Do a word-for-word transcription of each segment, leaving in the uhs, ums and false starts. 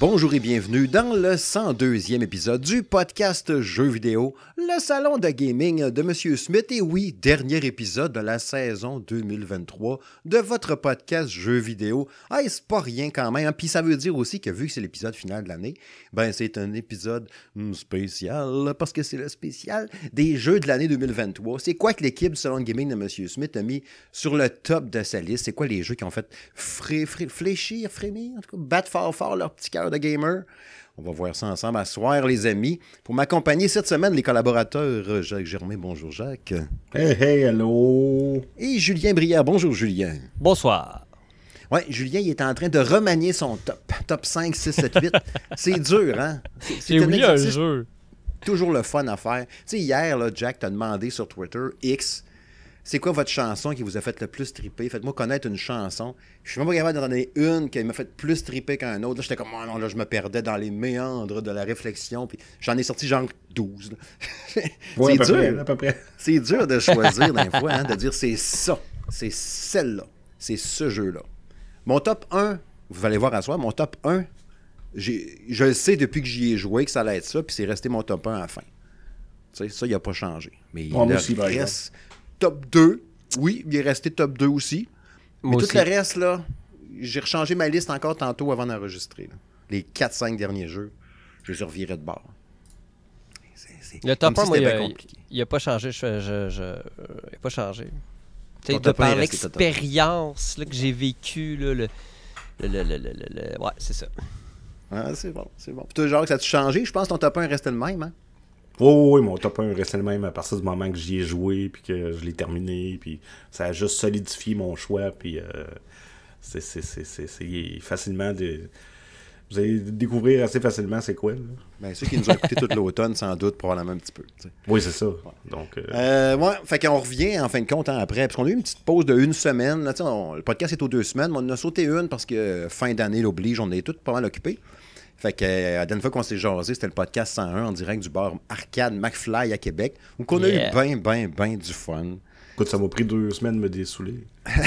Bonjour et bienvenue dans le cent deuxième épisode du podcast Jeux vidéo, le salon de gaming de Monsieur Smith. Et oui, dernier épisode de la saison deux mille vingt-trois de votre podcast Jeux vidéo. Ah, c'est pas rien quand même. Hein? Puis ça veut dire aussi que vu que c'est l'épisode final de l'année, ben c'est un épisode spécial parce que c'est le spécial des jeux de l'année deux mille vingt-trois. C'est quoi que l'équipe du salon de gaming de Monsieur Smith a mis sur le top de sa liste? C'est quoi les jeux qui ont fait fré- fré- fléchir, frémir, en tout cas, battre fort fort leur petit cœur de gamer? On va voir ça ensemble à soir, les amis. Pour m'accompagner cette semaine, les collaborateurs Jacques Germain, bonjour Jacques. Hey, hey, hello. Et Julien Brière, bonjour Julien. Bonsoir. Ouais, Julien, il est en train de remanier son top. Top cinq, six, sept, huit. C'est dur, hein? C'est, c'est J'ai un oublié un exercice jeu. toujours le fun à faire. Tu sais, hier, là, Jack t'a demandé sur Twitter, X, c'est quoi votre chanson qui vous a fait le plus triper? Faites-moi connaître une chanson. Je suis même pas capable d'en donner une qui m'a fait plus triper qu'un autre. Là, j'étais comme, oh non, là, je me perdais dans les méandres de la réflexion. Puis j'en ai sorti genre douze. Ouais, c'est à peu dur. près, à peu près. C'est dur de choisir d'un fois, hein, de dire c'est ça, c'est celle-là, c'est ce jeu-là. Mon top un, vous allez voir à soir, mon top un, j'ai, je le sais depuis que j'y ai joué que ça allait être ça, puis c'est resté mon top un à la fin. Tu sais, ça, il n'a pas changé. Mais Moi le aussi, par reste, top deux, oui, il est resté top deux aussi. Mais Moi tout aussi. le reste, là, j'ai rechangé ma liste encore tantôt avant d'enregistrer. Là. Les quatre cinq derniers jeux, je les revirais de bord. C'est, c'est Le top comme un, si moi, il c'était a, bien compliqué. il a pas changé. Je, je, je, euh, il a pas changé. Tu sais, Ton de top un par est resté top un. l'expérience là, que j'ai vécue, là, le, le, le, le, le- le- ouais, c'est ça. Ah, c'est bon, c'est bon. Puis toi, genre, ça a-tu changé? Je pense que ton top un restait le même, hein? Oh, oui, mon top un restait le même à partir du moment que j'y ai joué, puis que je l'ai terminé, puis ça a juste solidifié mon choix, puis euh, c'est, c'est, c'est, c'est, c'est facilement de... Vous allez découvrir assez facilement c'est quoi, là. Bien, ceux qui nous ont écoutés tout l'automne, sans doute, probablement un petit peu. Tu sais. Oui, c'est ça. Donc, euh, Euh, ouais, fait qu'on revient en fin de compte hein, après, parce qu'on a eu une petite pause de une semaine. Là, tu sais, on- le podcast est aux deux semaines, mais on en a sauté une parce que euh, fin d'année l'oblige, on est tous pas mal occupés. Fait que euh, la dernière fois qu'on s'est jasé, c'était le podcast cent un en direct du bar Arcade McFly à Québec, où on a Yeah. eu ben, ben, ben du fun. écoute, ça m'a pris deux semaines de me dessouler.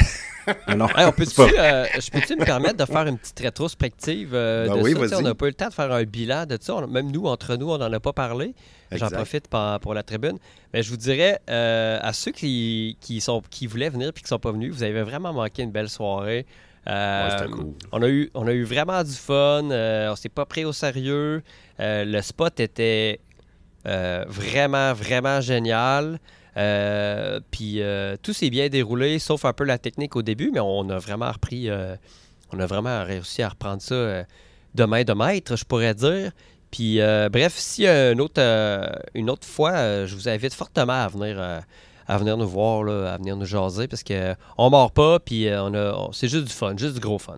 Ah non, Hey, on c'est peut-tu, pas- euh, je peux-tu me permettre de faire une petite rétrospective euh, Ben de oui, ça? Tu sais, vas-y. On n'a pas eu le temps de faire un bilan de ça. On- même nous, entre nous, on n'en a pas parlé. J'en Exact. profite par- pour la tribune. Mais je vous dirais, euh, à ceux qui, qui, sont, qui voulaient venir et qui ne sont pas venus, vous avez vraiment manqué une belle soirée. Euh, Ouais, c'était cool. on, a eu, on a eu vraiment du fun. euh, on s'est pas pris au sérieux. Euh, le spot était euh, vraiment, vraiment génial. Euh, puis euh, tout s'est bien déroulé, sauf un peu la technique au début, mais on a vraiment repris, euh, on a vraiment réussi à reprendre ça euh, de main de maître, je pourrais dire. Puis euh, bref, s'il y a une autre, euh, une autre fois, euh, je vous invite fortement à venir, euh, à venir nous voir, là, à venir nous jaser, parce qu'on ne mord pas, puis euh, on a, on- c'est juste du fun, juste du gros fun.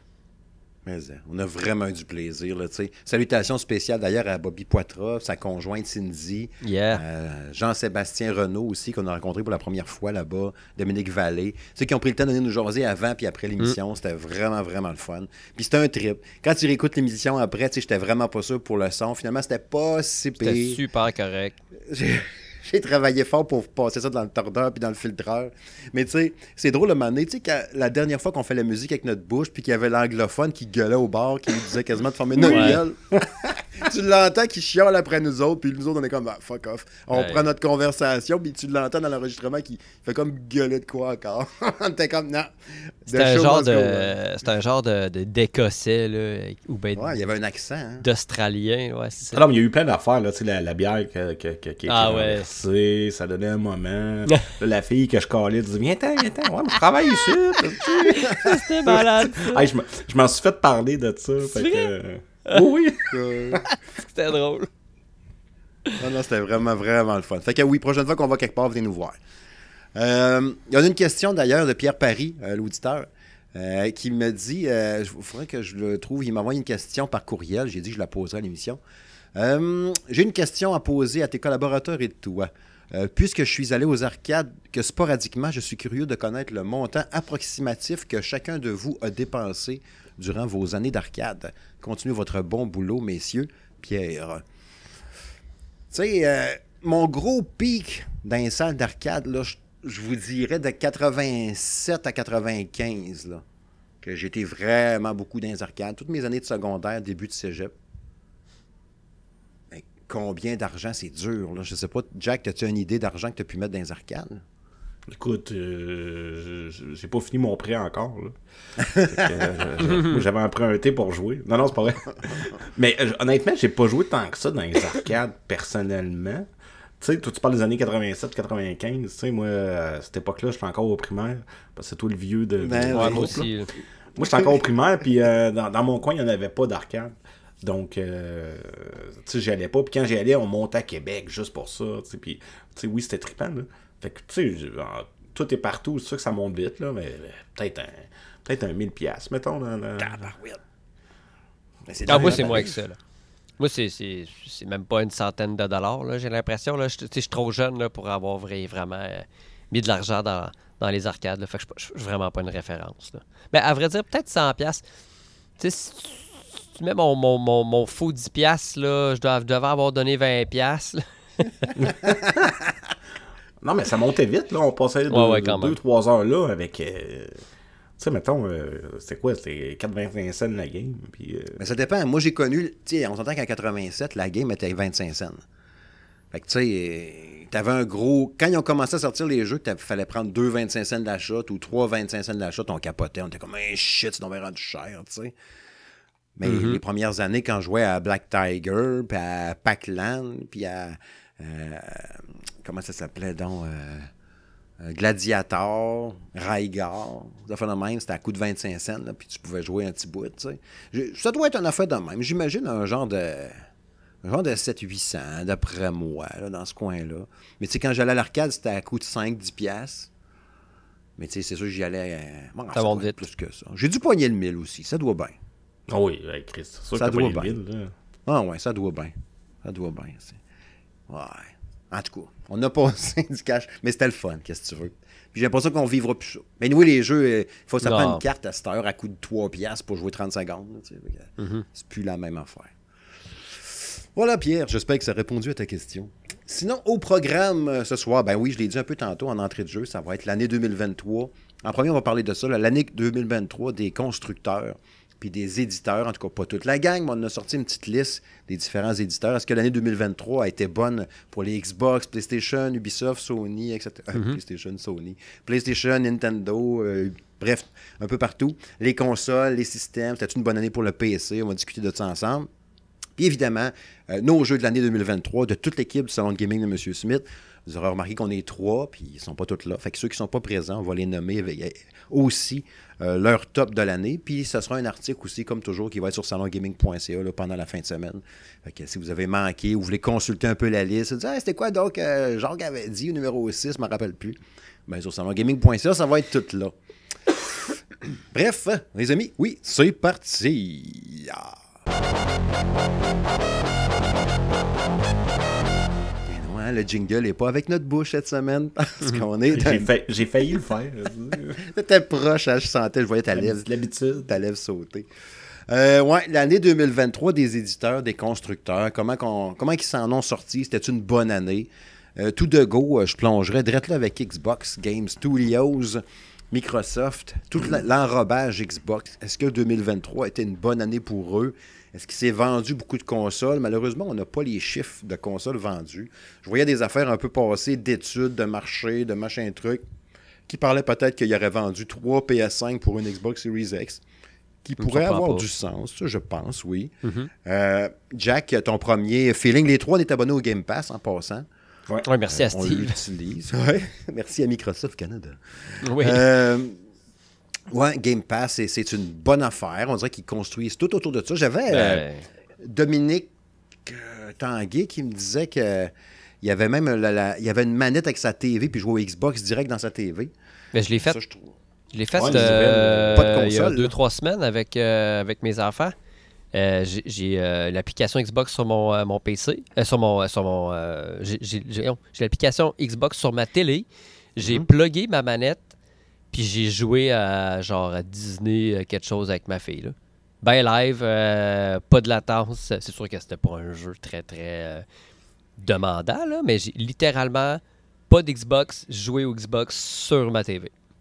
Mais euh, on a vraiment eu du plaisir. Là, tu sais. Salutations spéciales d'ailleurs à Bobby Poitras, sa conjointe Cindy, Yeah. euh, Jean-Sébastien Renaud aussi, qu'on a rencontré pour la première fois là-bas, Dominique Vallée. Ceux qui ont pris le temps de venir nous jaser avant puis après l'émission, c'était vraiment, vraiment le fun. Puis c'était un trip. Quand tu réécoutes l'émission après, tu sais, j'étais vraiment pas sûr pour le son. Finalement, c'était pas si C'était pire. super correct. J'ai j'ai travaillé fort pour passer ça dans le tordeur puis dans le filtreur. Mais tu sais, c'est drôle à un moment donné, tu sais, quand- la dernière fois qu'on fait la musique avec notre bouche puis qu'il y avait l'anglophone qui gueulait au bar, qui nous disait quasiment de fermer notre Ouais. gueule. Tu l'entends qui chiale après nous autres, puis nous autres, on est comme, ah, fuck off. On Ouais. prend notre conversation, puis tu l'entends dans l'enregistrement qui fait comme gueuler de quoi encore. On était comme, non. C'était The un show genre must go on. de, c'était un genre de, de- d'écossais, là, ou ben Ouais, il y avait un accent, hein. d'australien, ouais, c'est ça. Ah non, mais il y a eu plein d'affaires, là, tu sais, la, la bière que, que, que, qui a Ah été ouais. renversée, ça donnait un moment. Là, la fille que je calais disait, viens-t'en, viens-t'en, ouais, mais je travaille ici. C'était malade, ça. Hey, je, me- je m'en suis fait parler de ça. Fait vrai? que, euh, oui, oui. Euh, C'était drôle. Non, non, c'était vraiment, vraiment le fun. Fait que oui, prochaine fois qu'on va quelque part, venez nous voir. Euh, il y en a une question d'ailleurs de Pierre Paris, euh, l'auditeur, euh, qui me dit, euh, il faudrait que je le trouve, il m'a envoyé une question par courriel, j'ai dit que je la poserai à l'émission. Euh, j'ai une question à poser à tes collaborateurs et toi. Euh, puisque je suis allé aux arcades que sporadiquement, je suis curieux de connaître le montant approximatif que chacun de vous a dépensé durant vos années d'arcade. Continuez votre bon boulot, messieurs. Pierre. Tu sais, euh, mon gros pic dans les salles d'arcade, là, je, je vous dirais de quatre-vingt-sept à quatre-vingt-quinze. Là. que j'ai été vraiment beaucoup dans les arcades. Toutes mes années de secondaire, début de cégep. Mais combien d'argent, c'est dur, là. Je sais pas, Jack, as-tu une idée d'argent que tu as pu mettre dans les arcades? Écoute, euh, j'ai pas fini mon prêt encore, là. Fait que, euh, moi, j'avais emprunté pour jouer. Non, non, c'est pas vrai. Mais euh, honnêtement, j'ai pas joué tant que ça dans les arcades, personnellement. Tu sais, toi, tu parles des années quatre-vingt-sept quatre-vingt-quinze. Tu sais, moi, à cette époque-là, j'étais encore au primaire. Parce que c'est toi le vieux de... Ben, de ouais, groupe, moi aussi. là. Moi, j'étais encore au primaire, puis euh, dans, dans mon coin, il n'y en avait pas d'arcade. Donc, euh, tu sais, j'y allais pas. Puis quand j'y allais, on montait à Québec juste pour ça. Tu sais, puis, tu sais, oui, c'était trippant, là. Fait que, tu sais, tout est partout. C'est sûr que ça monte vite, là, mais peut-être un, peut-être un mille piastres, mettons. Dans, dans... Ah, moi, c'est moins que ça, là. Moi, c'est, c'est, c'est même pas une centaine de dollars, là, j'ai l'impression. Là. Je, je suis trop jeune là, pour avoir vrai, vraiment euh, mis de l'argent dans, dans les arcades. Là. Fait que je suis vraiment pas une référence. Là. Mais à vrai dire, peut-être cent piastres. Tu sais, si tu, si tu mets mon, mon, mon, mon faux dix piastres, là, je, dois, je devais avoir donné vingt piastres. Non, mais ça montait vite. Là. On passait ouais, ouais, deux trois heures là avec... Euh... Tu sais, mettons, euh, c'est quoi? C'était quatre vingt-cinq cents la game. Puis, euh... Mais ça dépend. Moi, j'ai connu... Tu sais, on s'entend qu'en quatre-vingt-sept, la game était vingt-cinq cents. Fait que, tu sais, t'avais un gros... Quand ils ont commencé à sortir les jeux, il fallait prendre deux vingt-cinq cents de l'achat ou trois vingt-cinq cents de l'achat, on capotait. On était comme, un shit, c'est donc rendu cher, tu sais. Mais mm-hmm. les premières années, quand je jouais à Black Tiger, puis à Pac-Land, puis à... Euh, comment ça s'appelait donc... Euh, Gladiator, Raigar, ça fait de même, c'était à coût de vingt-cinq cents, là, puis tu pouvais jouer un petit bout, tu sais. Ça doit être une affaire de même. J'imagine un genre de un genre de sept huit cents, d'après moi, là, dans ce coin-là. Mais tu sais, quand j'allais à l'arcade, c'était à coût de cinq dix piastres. Mais tu sais, c'est sûr que j'y allais... Euh, bon, ça va vite. Plus que ça. J'ai dû pogner le mille aussi, ça doit bien. Ah oui, avec Chris, c'est sûr ça que doit pas bien. le mille, là. Ah ouais, ça doit bien. Ça doit bien, c'est... Ouais. En tout cas, on a passé du cash, mais c'était le fun, qu'est-ce que tu veux. Puis j'ai l'impression qu'on vivra plus ça. Mais nous, les jeux, il faut que ça prenne une carte à cette heure à coût de trois piastres pour jouer trente secondes. Là, tu sais. Mm-hmm. C'est plus la même affaire. Voilà, Pierre, j'espère que ça a répondu à ta question. Sinon, au programme euh, ce soir, ben oui, je l'ai dit un peu tantôt en entrée de jeu, ça va être l'année deux mille vingt-trois. En premier, on va parler de ça, là, l'année deux mille vingt-trois des constructeurs puis des éditeurs, en tout cas pas toute la gang, mais on a sorti une petite liste des différents éditeurs. Est-ce que l'année deux mille vingt-trois a été bonne pour les Xbox, PlayStation, Ubisoft, Sony, et cetera. Mm-hmm. Euh, PlayStation, Sony, PlayStation, Nintendo, euh, bref, un peu partout. Les consoles, les systèmes, c'était une bonne année pour le P C, on va discuter de ça ensemble. Puis évidemment, euh, nos jeux de l'année deux mille vingt-trois, de toute l'équipe du Salon de Gaming de M. Smith. Vous aurez remarqué qu'on est trois, puis ils ne sont pas tous là. Fait que ceux qui ne sont pas présents, on va les nommer avec aussi euh, leur top de l'année. Puis ce sera un article aussi, comme toujours, qui va être sur salon gaming point c a là, pendant la fin de semaine. Fait que si vous avez manqué ou vous voulez consulter un peu la liste, dire, ah, c'était quoi donc euh, Jacques avait dit, au numéro six, je ne me rappelle plus. Bien, sur salon gaming point c a, ça va être tout là. Bref, les amis, oui, c'est parti. Ah. Le jingle n'est pas avec notre bouche cette semaine parce qu'on est... J'ai, fa- j'ai failli le faire. T'étais proche, hein, je sentais, je voyais ta lèvre, l'habitude. ta lèvre sauter. Euh, ouais, l'année deux mille vingt-trois des éditeurs, des constructeurs, comment, qu'on, comment ils s'en ont sortis? C'était une bonne année. Euh, tout de go, euh, je plongerais direct là avec Xbox Game Studios, Microsoft, tout l'enrobage Xbox. Est-ce que deux mille vingt-trois a été une bonne année pour eux? Est-ce qu'il s'est vendu beaucoup de consoles? Malheureusement, on n'a pas les chiffres de consoles vendues. Je voyais des affaires un peu passées d'études, de marché, de machin truc, qui parlaient peut-être qu'il y aurait vendu trois P S cinq pour une Xbox Series X, qui pourrait avoir pas. du sens, ça, je pense, oui. Mm-hmm. Euh, Jack, ton premier feeling, les trois, on est abonnés au Game Pass en passant. Oui, ouais, merci euh, à Steve. On l'utilise. Ouais. Merci à Microsoft Canada. Oui. Euh, Oui, Game Pass, c'est, c'est une bonne affaire. On dirait qu'ils construisent tout autour de ça. J'avais ben... euh, Dominique euh, Tanguay qui me disait qu'il y avait même la, la, il y avait une manette avec sa T V puis jouer au Xbox direct dans sa T V. Mais je l'ai fait. Ça, je, trouve... je l'ai fait ouais, euh, pas de console, il y a deux, trois semaines avec, euh, avec mes enfants. Euh, j'ai j'ai euh, l'application Xbox sur mon, euh, mon P C. Euh, sur mon. Sur mon euh, j'ai, j'ai, j'ai, j'ai l'application Xbox sur ma télé. J'ai mm-hmm. plugué ma manette. Puis j'ai joué à genre à Disney, quelque chose avec ma fille. Là. Ben live, euh, pas de latence. C'est sûr que c'était pas un jeu très, très euh, demandant, là, mais j'ai littéralement pas d'Xbox, joué au Xbox sur ma T V.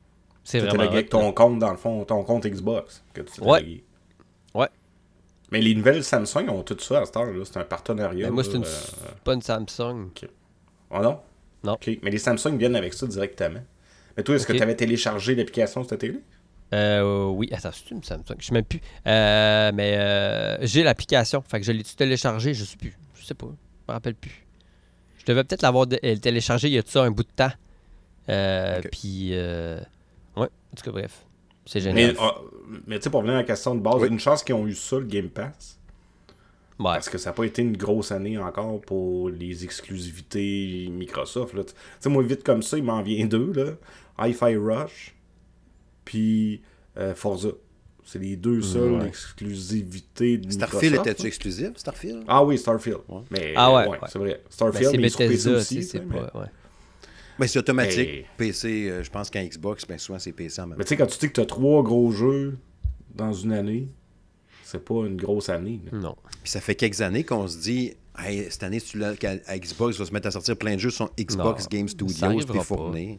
C'est tu t'es vraiment logué avec hot, ton compte, dans le fond, ton compte Xbox que tu t'es Ouais. logué. Ouais. Mais les nouvelles Samsung ont tout ça à cette heure-là. C'est un partenariat. Ben, moi, c'est une, là, euh, pas une Samsung. Oh non? Non. OK. Mais les Samsung viennent avec ça directement. Mais toi, est-ce Ok. que tu avais téléchargé l'application sur ta télé? Euh, oui, attends, c'est une Samsung. Je sais même plus. Euh, mais euh, j'ai l'application. Fait que je l'ai-tu téléchargé? Je sais plus. Je sais pas. Je me rappelle plus. Je devais peut-être l'avoir dé- euh, téléchargé il y a de ça un bout de temps. Euh, Ok. Puis, euh, ouais, en tout cas, bref. C'est Mais, génial. ah, mais tu sais, pour revenir à la question de base, Oui. une chance qu'ils ont eu ça, le Game Pass. Ouais. Parce que ça n'a pas été une grosse année encore pour les exclusivités Microsoft. Tu sais, moi, vite comme ça, il m'en vient deux. Là. Hi-Fi Rush, puis euh, Forza. C'est les deux seules Ouais. exclusivités de Starfield Microsoft. était-tu là. exclusif, Starfield? Ah oui, Starfield. Ouais. Mais, Ah ouais, ouais, ouais. c'est vrai. Ben, Starfield, c'est mais sur P C Bethesda, aussi. tu sais, c'est tu sais, mais- pas... Ouais. Mais c'est automatique. Mais- P C, euh, je pense qu'un Xbox, bien souvent, c'est P C en même Mais temps. tu sais, quand tu dis que tu as trois gros jeux dans une année, c'est pas une grosse année. là. Non. Puis ça fait quelques années qu'on se dit, hey, cette année, si tu l'as- qu'à- à Xbox va se mettre à sortir plein de jeux sur Xbox Non, Game ça Studios arrivera puis pas. fournir.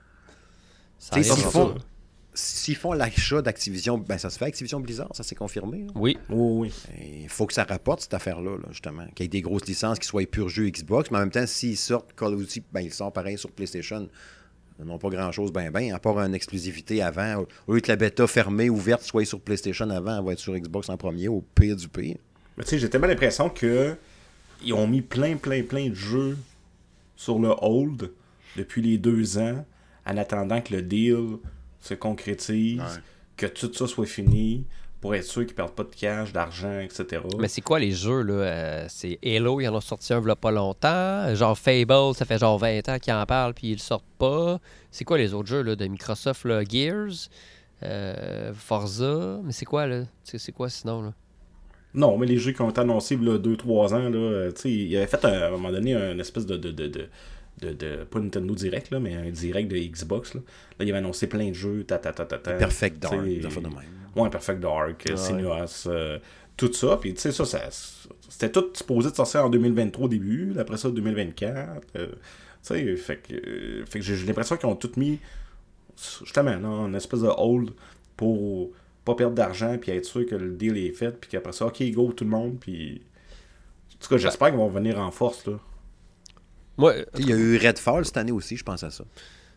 Ça Tu sais, arrivera s'ils pas. font, s'ils font l'achat d'Activision, ben ça se fait Activision Blizzard, ça c'est confirmé. là. Oui. Oui, oui. Il faut que ça rapporte cette affaire-là, là, justement. Qu'il y ait des grosses licences qui soient pur jeux Xbox, mais en même temps, s'ils sortent Call of Duty, ben, ils sortent pareil sur PlayStation. Ils n'ont pas grand-chose, ben, ben, à part une exclusivité avant. Au lieu que la bêta fermée, ouverte, soit sur PlayStation avant, elle va être sur Xbox en premier, au pire du pire. Mais tu sais, j'ai tellement l'impression que ils ont mis plein, plein, plein de jeux sur le hold depuis les deux ans, en attendant que le deal se concrétise, Ouais. que tout ça soit fini, pour être sûr qu'ils ne perdent pas de cash, d'argent, et cetera. Mais c'est quoi les jeux, là? Euh, c'est Halo, ils en ont sorti un il y a pas longtemps. Genre Fable, ça fait genre vingt ans qu'ils en parlent puis ils le sortent pas. C'est quoi les autres jeux là, de Microsoft, là? Gears, euh, Forza, mais c'est quoi, là? C'est, c'est quoi sinon, là? Non, mais les jeux qui ont été annoncés il y a deux trois ans, là, euh, tu sais, ils avaient fait un- à un moment donné un espèce de, de, de, de, de, de- pas Nintendo Direct, là, mais un direct de Xbox. Là, là ils avaient annoncé plein de jeux, ta, ta, ta, ta, ta, Perfect Dark, tu sais, des affaires de même. Ouais, Perfect Dark, Ouais. Sinuous, euh, tout ça. Puis tu sais, ça, ça, c'était tout supposé de sortir en deux mille vingt-trois au début, après ça deux mille vingt-quatre. euh, tu sais, fait que, euh, fait que j'ai j'ai l'impression qu'ils ont tout mis, justement, là, en espèce de hold pour pas perdre d'argent, puis être sûr que le deal est fait, puis qu'après ça, ok, go tout le monde, puis. En tout cas, j'espère qu'ils vont venir en force, là. Moi, Il y a eu Redfall cette année aussi, je pense à ça.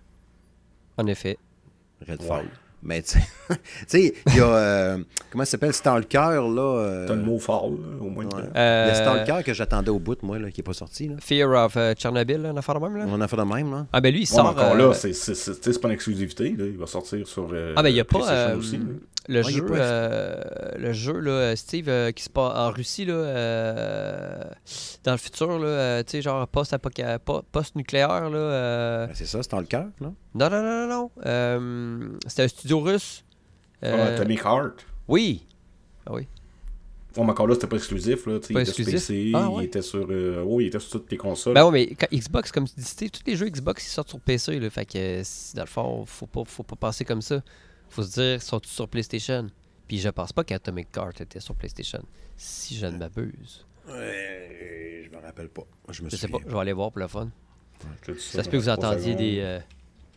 en effet. Redfall. Ouais. Mais tu sais, tu sais, il y a. euh, comment ça s'appelle Stalker, là. euh, T'as le mot fall, là, au moins. ouais. que- Il y Euh, a Stalker que j'attendais au bout, moi, là, qui n'est pas sorti. Là. Fear of euh, Chernobyl, là, une affaire de même, là? On a fait de même, là. Ah, ben lui, il Ouais, mais sort... encore euh, là, c'est, c'est, c'est, tu sais, c'est pas une exclusivité, là. Il va sortir sur. euh, Ah, ben il y a pas... PlayStation euh, aussi, là. le, Ah, il y a jeu, pas- euh, le jeu, là, Steve, euh, qui se passe en Russie, là, euh, dans le futur, là, euh, tu sais, genre post-apoca- po- post-nucléaire, là... euh, Ben, c'est ça, Stalker, non? Non, non, non, non, non. Euh, c'était un studio russe. Ah, Euh, Atomic Heart. Oui. Ah oui. Bon, mais encore là, c'était pas exclusif, là. Tu sais, Pas il était sur P exclusif? C, Ah, il ouais. était sur. Euh, oui, il était sur toutes les consoles. Ben oui, mais quand Xbox, comme tu dis, Steve, tous les jeux Xbox, ils sortent sur P C, là. Fait que, euh, si, dans le fond, faut pas, faut pas penser comme ça. Faut se dire, ils sont tous sur PlayStation. Puis je pense pas qu'Atomic Heart était sur PlayStation. Si je ne m'abuse. Ouais, je me rappelle pas. Je me Je sais pas, souviens. je vais aller voir pour le fun. Je te dis Ça se peut que vous dans trois entendiez secondes. des... euh,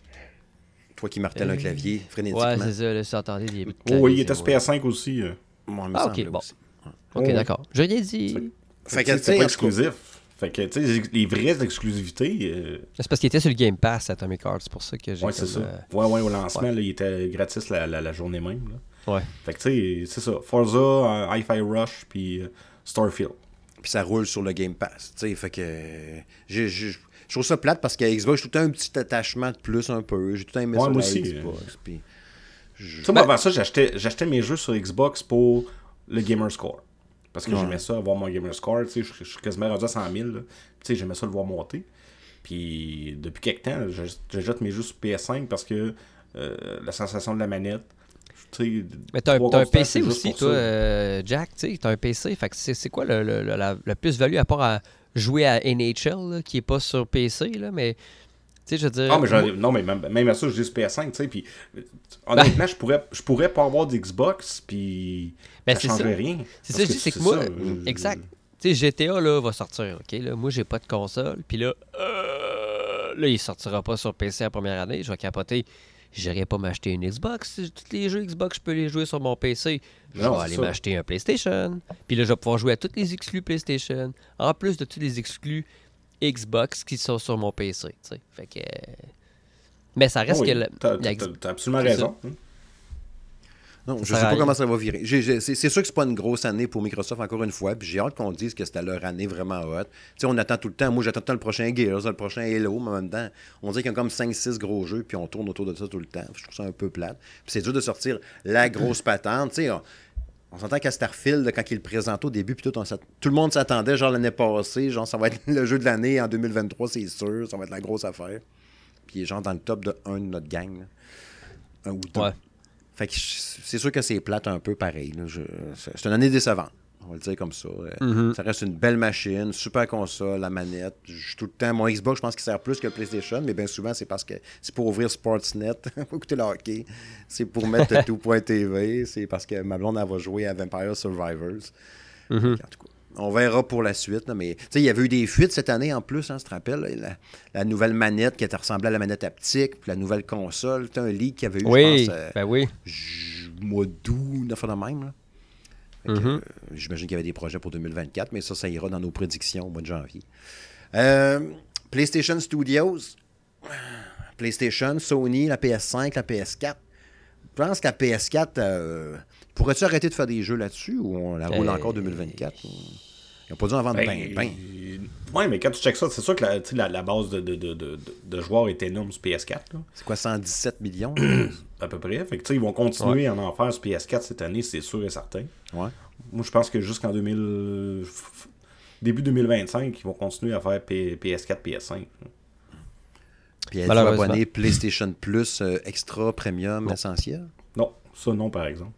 Toi qui martèles un Euh, clavier frénétiquement. Ouais, c'est ça, là, si vous entendez des... Oh, claviers, oui, il était c'est sur moi. P S cinq aussi. euh. Moi, il me Ah, semblait ok, bon. aussi. Ok, Ouais. d'accord. J'ai rien dit. Fait que que, c'était tu sais, pas en tout cas- exclusif. Fait que, tu sais, les vraies exclusivités. euh, C'est parce qu'il était sur le Game Pass, Atomic Heart. C'est pour ça que j'ai ouais, c'est comme, ça. euh, Ouais, ouais, au lancement, ouais. là, il était gratis la, la, la journée même. Là. Ouais. Fait que, tu sais, c'est ça. Forza, euh, Hi-Fi Rush, puis euh, Starfield. Puis ça roule sur le Game Pass. Tu sais, fait que. euh, j'ai- j'ai- Je trouve ça plate parce qu'à Xbox, j'ai tout le temps un petit attachement de plus un peu. J'ai tout le temps aimé Ouais, ça moi la aussi, Xbox. Puis je- Tu sais, moi, avant ça, j'achetais, j'achetais mes jeux sur Xbox pour le Gamer Score. Parce que Ouais. j'aimais ça, avoir mon Gamer Score. Tu sais, je, je suis quasiment rendu à cent mille. là. Tu sais, j'aimais ça le voir monter. Puis, depuis quelque temps, j'ach- j'achète mes jeux sur P S cinq parce que euh, la sensation de la manette. Tu sais, Mais t'as un, trois t'as un consoles, P c'est C juste aussi, pour toi, ça. euh, Jack, tu sais, t'as un P C. Fait que c'est, c'est quoi le, le, le- la, la plus-value à part à jouer à N H L, là, qui est pas sur P C, là, mais, tu sais, je veux dire... Ah, mais j'en ai- moi- non, mais même, même à ça, je dis sur P S cinq, tu sais, puis euh, honnêtement, je pourrais, je pourrais pas avoir d'Xbox, puis Ben, ça c'est changerait ça. rien. C'est Parce ça, je dis, c'est que moi... je- Exact. Tu sais, G T A, là, va sortir, OK? Là, moi, j'ai pas de console, puis là, euh, là, il sortira pas sur P C la première année, je vais capoter. j'irai pas m'acheter une Xbox. Tous les jeux Xbox, je peux les jouer sur mon P C. Je Non, vais c'est aller ça. m'acheter un PlayStation. Puis là, je vais pouvoir jouer à tous les exclus PlayStation. En plus de tous les exclus Xbox qui sont sur mon P C. T'sais. Fait que. euh, Mais ça reste Oui, que. la- t'as, la- t'as- t'as absolument c'est raison. hein. Non, je Ça sais pas arrive. comment ça va virer. J'ai- j'ai- c'est, c'est sûr que c'est pas une grosse année pour Microsoft, encore une fois. Puis j'ai hâte qu'on dise que c'était leur année vraiment hot. Tu sais, on attend tout le temps. Moi, j'attends tout le temps le prochain Gears, le prochain Halo, mais en même temps, on dirait qu'il y a comme cinq six gros jeux, puis on tourne autour de ça tout le temps. Je trouve ça un peu plate. Puis c'est dur de sortir la grosse patente. Tu sais, on, on s'entend qu'à Starfield, là, quand il le présentait au début, puis tout, on s'att- tout le monde s'attendait, genre l'année passée, genre ça va être le jeu de l'année en deux mille vingt-trois, c'est sûr. Ça va être la grosse affaire. Puis il est genre dans le top de un de notre gang. là. Un ou deux. Ouais. Fait que je- c'est sûr que c'est plate un peu pareil. là. Je- c'est c'est une année décevante. On va le dire comme ça. Euh, Mhm. Ça reste une belle machine, super console, la manette. Je- tout le temps, mon Xbox, je pense qu'il sert plus que le PlayStation, mais bien souvent, c'est parce que c'est pour ouvrir Sportsnet, pour écouter le hockey. C'est pour mettre tout.tv. C'est parce que ma blonde, elle va jouer à Vampire Survivors. Mhm. En tout cas, on verra pour la suite. là, mais tu sais, il y avait eu des fuites cette année en plus, hein, tu te rappelles? là, La, la nouvelle manette qui était ressemblée à la manette haptique, puis la nouvelle console. C'était un leak qu'il y avait eu, Oui, je pense, euh, ben oui. j- mois d'août, une affaire de même. Là. Fait que, Mhm. euh, j'imagine qu'il y avait des projets pour deux mille vingt-quatre, mais ça, ça ira dans nos prédictions au mois de janvier. Euh, PlayStation Studios, PlayStation, Sony, la P S cinq, la P S quatre. Je pense que la P S quatre, euh, pourrais-tu arrêter de faire des jeux là-dessus ou on la roule Euh, encore deux mille vingt-quatre? Ils n'ont pas dû en vendre Ben, ben, ben. Ouais, mais quand tu checkes ça, c'est sûr que la, tu sais, la, la base de, de, de, de, de joueurs est énorme sur P S quatre. Là. C'est quoi, cent dix-sept millions? À peu près. Fait que, tu sais, ils vont continuer à en faire sur P S quatre cette année, c'est sûr et certain. Ouais. Moi, je pense que jusqu'en deux mille... début deux mille vingt-cinq, ils vont continuer à faire P- PS4, P S cinq. Puis êtes-vous Malheureusement. abonné PlayStation Plus euh, Extra Premium Non. Essentiel? Non, ça non, par exemple.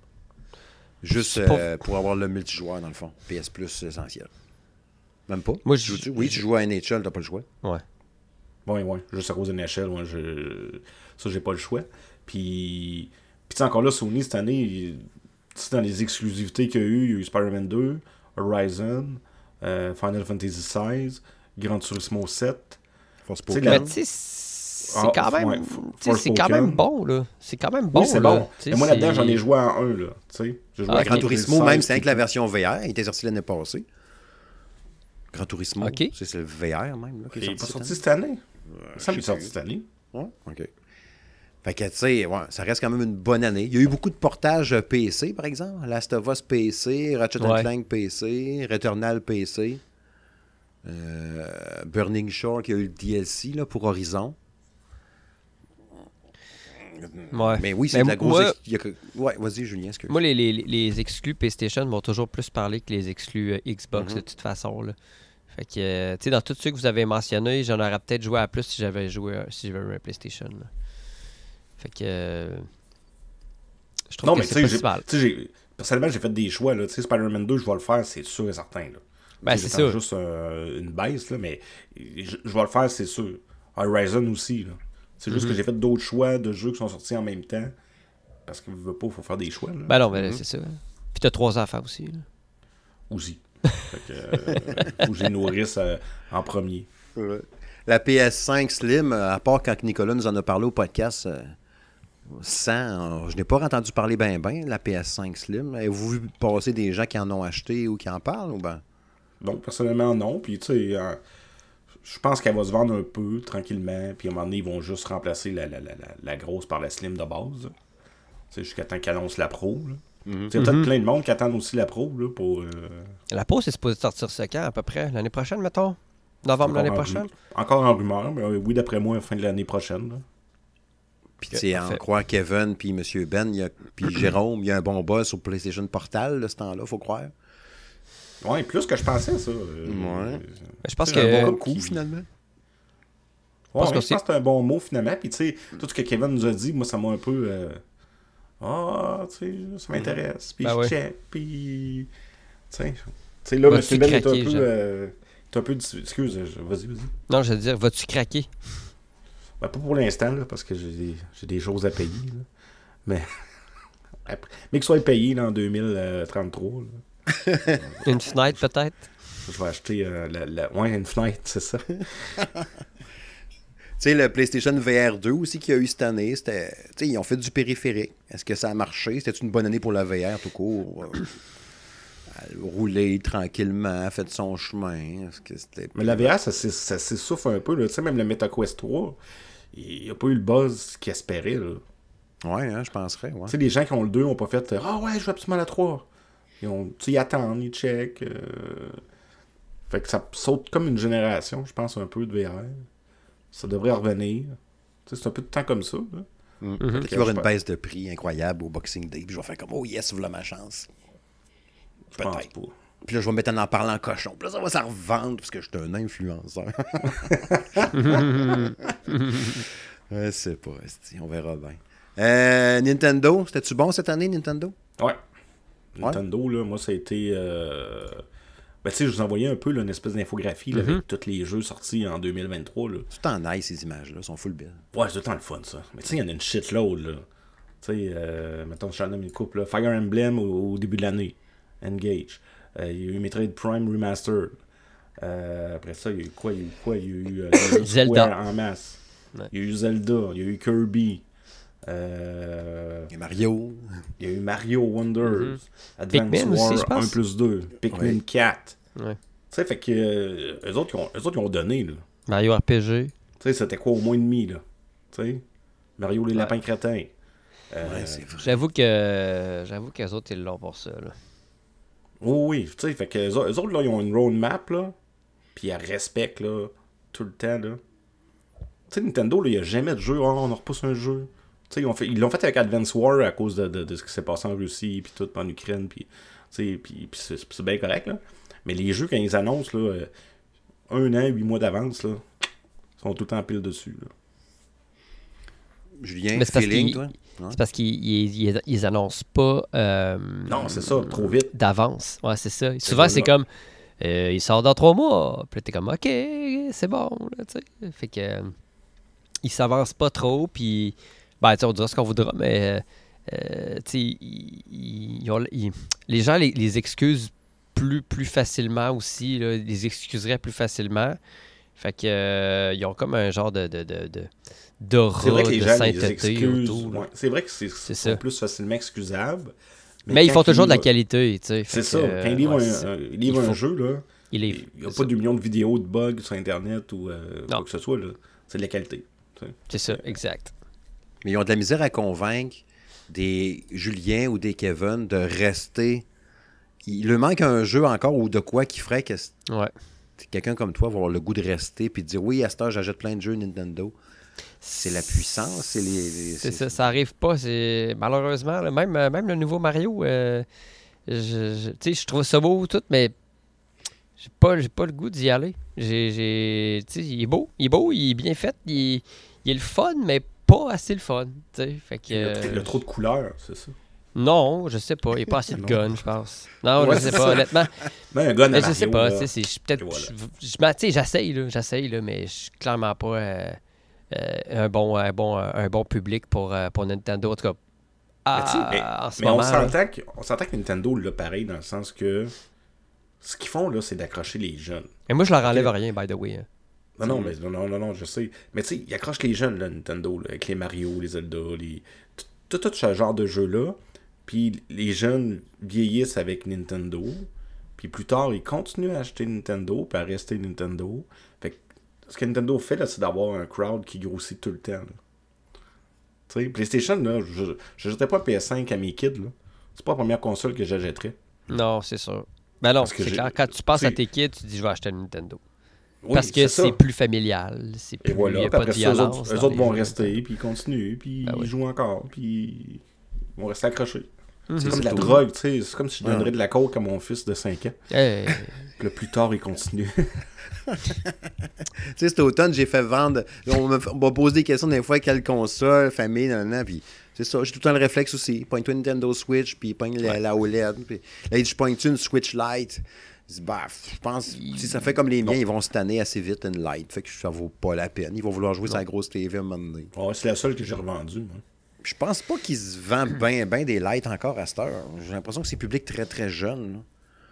Juste C'est pas- euh, pour avoir le multijoueur, dans le fond. P S Plus Essentiel. Même pas? Moi, Tu je- joues-tu? Oui, tu joues à N H L, t'as pas le choix. Ouais. Ouais, ouais. Juste à cause de N H L, ouais, je... ça, j'ai pas le choix. Puis, puis tu sais, encore là, Sony, cette année, il- tu sais, dans les exclusivités qu'il y a eu, il y a eu Spider-Man deux, Horizon, euh, Final Fantasy seize, Gran Turismo sept. Force Tu sais, Pokémon. Mais tu sais, c'est Ah, quand même, ouais, tu sais, Force c'est quand Spoken. même bon, là. C'est quand même bon, Oui, c'est là. bon. Tu sais, Mais moi, là-dedans, c'est- j'en ai joué à un, là. Tu sais, j'ai joué Ah, à Gran ok. Turismo, même, c'est avec la puis- version V R. Il était sorti l'année passée. Gran Turismo, Ok. c'est c'est le V R même. Là, qui est Il est pas sorti sorti cette cette année. année. Ça je m'est sais sorti plus. cette année. Ouais, OK. Fait que, tu sais, ouais, ça reste quand même une bonne année. Il y a eu beaucoup de portages euh, P C, par exemple. Last of Us P C, Ratchet and Ouais. Clank P C, Returnal P C, euh, Burning Shore qui a eu le D L C là, pour Horizon. Ouais. Mais oui, c'est Mais de la grosse... moi- ex- il y a que- Ouais, vas-y, Julien, excuse. Moi, les, les, les exclus PlayStation m'ont toujours plus parlé que les exclus euh, Xbox, Mhm. de toute façon. Là. Fait que, euh, tu sais, dans tous ceux que vous avez mentionnés, j'en aurais peut-être joué à plus si j'avais joué à- si j'avais eu un PlayStation. là. Fait que. euh, je trouve Non, que mais tu c'est sais, pas j'ai- si mal. tu sais, j'ai- personnellement, j'ai fait des choix. Là. Tu sais, Spider-Man deux, je vais le faire, c'est sûr et certain. Là. Ben, Tu sais, c'est j'attends ça. juste euh, une baisse, là, mais je, je vais le faire, c'est sûr. Horizon aussi. Là. C'est juste Mhm. que j'ai fait d'autres choix de jeux qui sont sortis en même temps. Parce qu'il veut pas, il faut faire des choix. Là. Ben non, ben, Mhm. c'est ça. Puis t'as trois enfants aussi. Là. Aussi. Fait que, euh, faut que je les nourrisse euh, en premier. Ouais. La P S cinq Slim, euh, à part quand Nicolas nous en a parlé au podcast, euh, sans, euh, je n'ai pas entendu parler bien bien de la P S cinq Slim. Avez-vous vu passer des gens qui en ont acheté ou qui en parlent? Ou ben? Donc, personnellement, non. Puis, tu sais, euh, je pense qu'elle va se vendre un peu, tranquillement. Puis, à un moment donné, ils vont juste remplacer la, la, la, la, la grosse par la Slim de base. Tu sais, jusqu'à temps qu'elle annonce la Pro. là. Mhm. Tu sais, Il y a peut-être Mhm. plein de monde qui attendent aussi la Pro là, pour... euh, La pause est supposée sortir ce quand, à peu près? L'année prochaine, mettons? Novembre l'année encore en prochaine? ru- Encore en rumeur, mais euh, oui, d'après moi, fin de l'année prochaine. Là. Puis, tu sais, en Parfait. croire Kevin, puis M. Ben, il y a- puis Jérôme, il y a un bon buzz sur PlayStation Portal, là, ce temps-là, faut croire. Ouais, plus que je pensais, ça. euh, Ouais. euh, Ben, je pense C'est que. un bon Comme coup, qui- finalement. Ouais, Parce ouais, que je c'est- pense que c'est un bon mot, finalement. Puis, tu sais, tout ce que Kevin nous a dit, moi, ça m'a un peu... euh, Ah, tu sais, ça m'intéresse. Puis, Ben je ouais. check. Puis, tu sais, tu sais, là, Vas-tu M. Ben est un craquer, peu... Jean? euh, est un peu... dis- Excuse, je- vas-y, vas-y. Non, je veux dire, vas-tu craquer? Ben, pas pour l'instant, là, parce que j'ai des, j'ai des choses à payer. Là. Mais... après- mais qu'il soit payé là, en deux mille trente-trois. Là. Une fenêtre, peut-être? Je vais acheter euh, la, la... Ouais, une fenêtre, c'est ça. sais, le PlayStation V R deux aussi qu'il y a eu cette année, c'était, tu sais, ils ont fait du périphérique. Est-ce que ça a marché? C'était une bonne année pour la V R tout court? Rouler tranquillement, fait son chemin. Est-ce que c'était... Mais la V R, ça, ça s'essouffle un peu. Tu sais, même le MetaQuest trois, il n'y a pas eu le buzz qu'il espérait. Là. Ouais, hein, je penserais. Ouais. Tu sais, les gens qui ont le deux n'ont pas fait « Ah ouais, je veux absolument la trois ». Ils ont, tu sais, ils attendent, ils checkent. Euh... Fait que ça saute comme une génération, je pense, un peu de V R. Ça devrait revenir. Tu sais, c'est un peu de temps comme ça. Là. Mm-hmm. Peut-être qu'il va y avoir une baisse de prix incroyable au Boxing Day, puis je vais faire comme « Oh yes, voilà ma chance ». Peut-être pas. Puis là, je vais me mettre en parlant en cochon. Puis là, ça va s'en revendre parce que je suis un influenceur. Je sais pas. On verra bien. Euh, Nintendo, c'était-tu bon cette année, Nintendo? Ouais. Nintendo, ouais. Là, moi, ça a été... Euh... Ben, tu sais, je vous envoyais un peu là, une espèce d'infographie là, mm-hmm. avec tous les jeux sortis en deux mille vingt-trois. Là. C'est tout en nice, ces images-là. Ils sont full belles. Ouais, c'est tout le temps le fun, ça. Mais tu sais, il y en a une shitload, là. Tu sais, euh, mettons, je t'en nomme une couple, là. Fire Emblem au, au début de l'année. Engage. Euh, il y a eu Metroid Prime Remastered. Euh, après ça, il y a eu quoi? Il y a eu quoi? Il y a eu euh, Zelda en masse. Ouais. Il y a eu Zelda. Il y a eu Kirby. Euh, il y a Mario. Il y a eu Mario Wonders. Mm-hmm. Advance Pikmin War aussi, un plus deux. Pikmin ouais. quatre. Ouais. Tu sais, fait que euh, eux, autres, ils ont, eux autres, ils ont donné. Là. Mario R P G. Tu sais, c'était quoi, au moins demi, là? Tu sais? Mario les ouais. lapins crétins. Euh, ouais, c'est vrai. J'avoue que j'avoue qu'eux autres, ils l'ont pour ça, là. Oh oui, tu sais, fait que eux autres, là, ils ont une roadmap, là, puis ils respectent, là, tout le temps, là. Tu sais, Nintendo, là, il n'y a jamais de jeu, oh, on repousse un jeu. Tu sais, ils, fait, ils l'ont fait avec Advance War à cause de, de, de ce qui s'est passé en Russie, puis tout, en Ukraine, puis, tu sais, puis, puis c'est, c'est bien correct, là. Mais les jeux, quand ils annoncent, là, euh, un an, huit mois d'avance, là, sont tout le temps pile dessus, là. Julien, mais c'est feeling, toi? C'est parce qu'ils ils, ils annoncent pas euh, non, c'est ça, trop vite. D'avance. Ouais, c'est ça. C'est Souvent, c'est comme euh, il sort dans trois mois. Puis t'es comme OK, c'est bon. Là, fait que euh, ils s'avancent pas trop. Puis ben, on dira ce qu'on voudra, mais euh, ils, ils, ils ont, ils, les gens les, les excusent plus, plus facilement aussi. Là, les excuseraient plus facilement. Fait que euh, ils ont comme un genre de, de, de, de d'aura, c'est vrai que les de gens sainteté les autour. Ouais. C'est vrai que c'est, c'est, c'est plus facilement excusable. Mais, mais ils font toujours de la qualité, tu sais. C'est ça. Euh, quand ils livrent, ouais, un, un, ils livrent un jeu, là, il n'y a pas de millions de vidéos de bugs sur Internet ou euh, quoi que ce soit. Là. C'est de la qualité. T'sais. C'est ça, exact. Mais ils ont de la misère à convaincre des Julien ou des Kevin de rester. Il leur manque un jeu encore ou de quoi qui ferait que ouais. quelqu'un comme toi va avoir le goût de rester puis de dire oui, à cette heure, j'achète plein de jeux Nintendo. C'est la puissance, c'est les... les c'est, c'est ça, ça arrive pas. C'est... Malheureusement, là, même, même le nouveau Mario, euh, je, je, je trouve ça beau tout, mais j'ai pas, j'ai pas le goût d'y aller. J'ai, j'ai, il est beau, il est beau, il est bien fait, il, il est le fun, mais pas assez le fun. Fait que, il, y a trop, il y a trop de couleurs, c'est ça? Non, je sais pas. Il n'y a pas assez de gun, je pense. Non, ouais, je sais pas, ça. Honnêtement. Mais un gun mais à je sais Mario, pas. là. C'est, c'est, peut-être, voilà. je, je, je, j'essaye, là, j'essaye, là, mais je suis clairement pas euh, euh, un, bon, un, bon, un bon public pour, euh, pour Nintendo. En tout cas, à, mais, en ce mais moment. on s'entend, que, on s'entend que Nintendo l'a pareil dans le sens que ce qu'ils font, là, c'est d'accrocher les jeunes. Et moi, je leur enlève rien, by the way. Hein. Non, non, mais, non, non, non, je sais. Mais tu sais, ils accrochent les jeunes, là, Nintendo, là, avec les Mario, les Zelda, les... tout, tout ce genre de jeux-là. Puis les jeunes vieillissent avec Nintendo. Puis plus tard, ils continuent à acheter Nintendo puis à rester Nintendo. Fait que ce que Nintendo fait, là, c'est d'avoir un crowd qui grossit tout le temps. Tu sais, PlayStation, là, je n'achèterais pas P S cinq à mes kids. Là. C'est pas la première console que j'achèterais. Non, c'est sûr. Ben non, c'est clair, quand tu passes à tes kids, tu dis je vais acheter une Nintendo. Oui, Parce que c'est, c'est plus familial. C'est plus, Et voilà, il y a pas de violence. Eux autres, eux autres vont rester, puis ils continuent, puis ben ils oui. jouent encore, puis ils vont rester accrochés. C'est, c'est comme de la tout. drogue, tu sais. C'est comme si je donnerais ouais. de la coke à mon fils de cinq ans. Hey. Puis là, plus tard, il continue. Tu sais, cet automne, j'ai fait vendre... On m'a, on m'a posé des questions des fois, quelle console, famille, nan, nan, puis c'est ça. J'ai tout le temps le réflexe aussi. Pogne-toi une Nintendo Switch, puis pogne la, ouais. la O L E D. Puis là, je pogne-tu une Switch Lite. Je dis, bah, je pense, si ça fait comme les miens, non. ils vont se tanner assez vite une Lite. Fait que ça vaut pas la peine. Ils vont vouloir jouer non. sur la grosse T V à un moment donné. Ouais, c'est la seule que j'ai revendue, moi. Je pense pas qu'ils se vendent bien ben des lights encore à cette heure. J'ai l'impression que c'est public très très jeune. Là.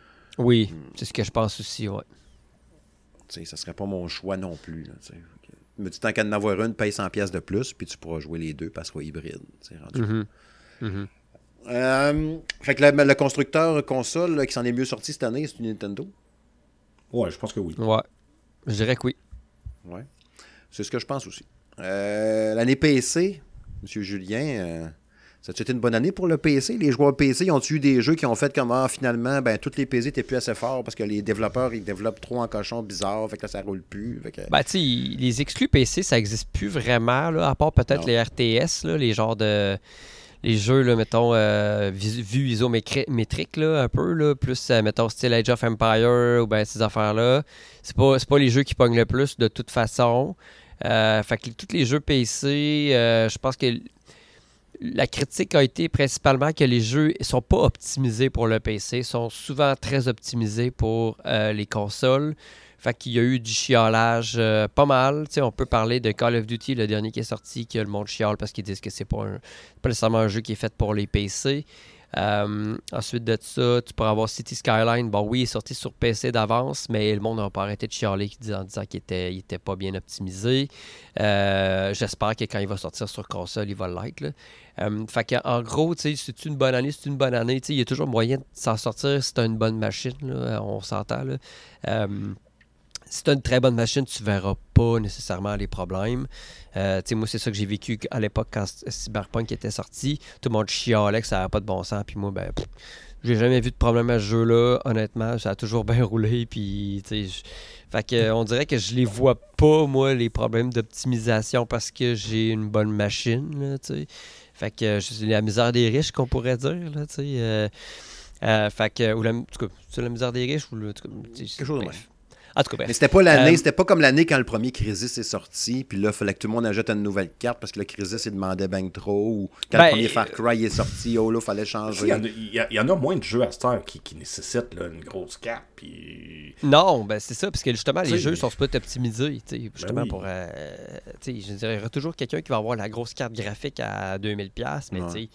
Oui, hmm. c'est ce que je pense aussi, ouais. Tu sais, ça serait pas mon choix non plus. Là, me dis tant qu'à en avoir une, paye cent pièces de plus, puis tu pourras jouer les deux, parce que c'est hybride. C'est rendu. Mm-hmm. Mm-hmm. Euh, fait que le, le constructeur console là, qui s'en est mieux sorti cette année, c'est Nintendo? Ouais, je pense que oui. Ouais. Je dirais que oui. Ouais. C'est ce que je pense aussi. Euh, l'année P C, M. Julien, euh, ça a été une bonne année pour le P C? Les joueurs P C, ils ont eu des jeux qui ont fait comment finalement, ben, tous les P C n'étaient plus assez forts parce que les développeurs, ils développent trop en cochon bizarre, fait que là, ça roule plus. Fait que... Ben, tu sais, les exclus P C, ça n'existe plus vraiment, là, à part peut-être Non. les R T S, là, les genres de. Les jeux, là, mettons, euh, vis- vue isométrique, là, un peu, là, plus, euh, mettons, style Age of Empire ou ben ces affaires-là. C'est pas, c'est pas les jeux qui pognent le plus, de toute façon. Euh, fait que tous les jeux P C, euh, je pense que la critique a été principalement que les jeux ne sont pas optimisés pour le P C, sont souvent très optimisés pour euh, les consoles. Fait qu'il y a eu du chiolage euh, pas mal. T'sais, on peut parler de Call of Duty, le dernier qui est sorti, que le monde chiale parce qu'ils disent que c'est pas, un, pas nécessairement un jeu qui est fait pour les P C. Euh, ensuite de ça, tu pourras avoir City Skyline. Bon, oui, il est sorti sur P C d'avance, mais le monde n'a pas arrêté de chialer en disant qu'il était, il était pas bien optimisé. Euh, j'espère que quand il va sortir sur console, il va l'être. Là. Euh, fait qu'en gros, tu sais, c'est une bonne année, c'est une bonne année. Il y a toujours moyen de s'en sortir si tu as une bonne machine. Là, on s'entend. Là. Euh, Si tu as une très bonne machine, tu ne verras pas nécessairement les problèmes. Euh, moi, c'est ça que j'ai vécu à l'époque quand Cyberpunk était sorti. Tout le monde chialait que ça n'avait pas de bon sens. Puis moi, ben, pff, j'ai jamais vu de problème à ce jeu-là. Honnêtement, ça a toujours bien roulé. Puis, je... Fait que, on dirait que je les vois pas, moi, les problèmes d'optimisation parce que j'ai une bonne machine. Là, t'sais. Fait que c'est la misère des riches qu'on pourrait dire. Là, euh, euh, fait que, ou la, en tout cas, c'est la misère des riches ou le, quelque chose de même. En tout cas, bref. Mais c'était pas l'année, Euh, c'était pas comme l'année quand le premier Crisis est sorti, puis là, il fallait que tout le monde achète une nouvelle carte parce que le Crisis, il demandait ben trop, ou quand Ben, le premier Far Cry est sorti, oh là, il fallait Il changer. y, en a, il, y a, il y en a moins de jeux à cette heure qui, qui nécessitent là, une grosse carte. Puis... Non, ben c'est ça, parce que justement, les T'sais, jeux sont supposés être optimisés, t'sais, justement oui. pour... Euh, t'sais, je dirais, il y aura toujours quelqu'un qui va avoir la grosse carte graphique à deux mille dollars, mais Ouais. t'sais,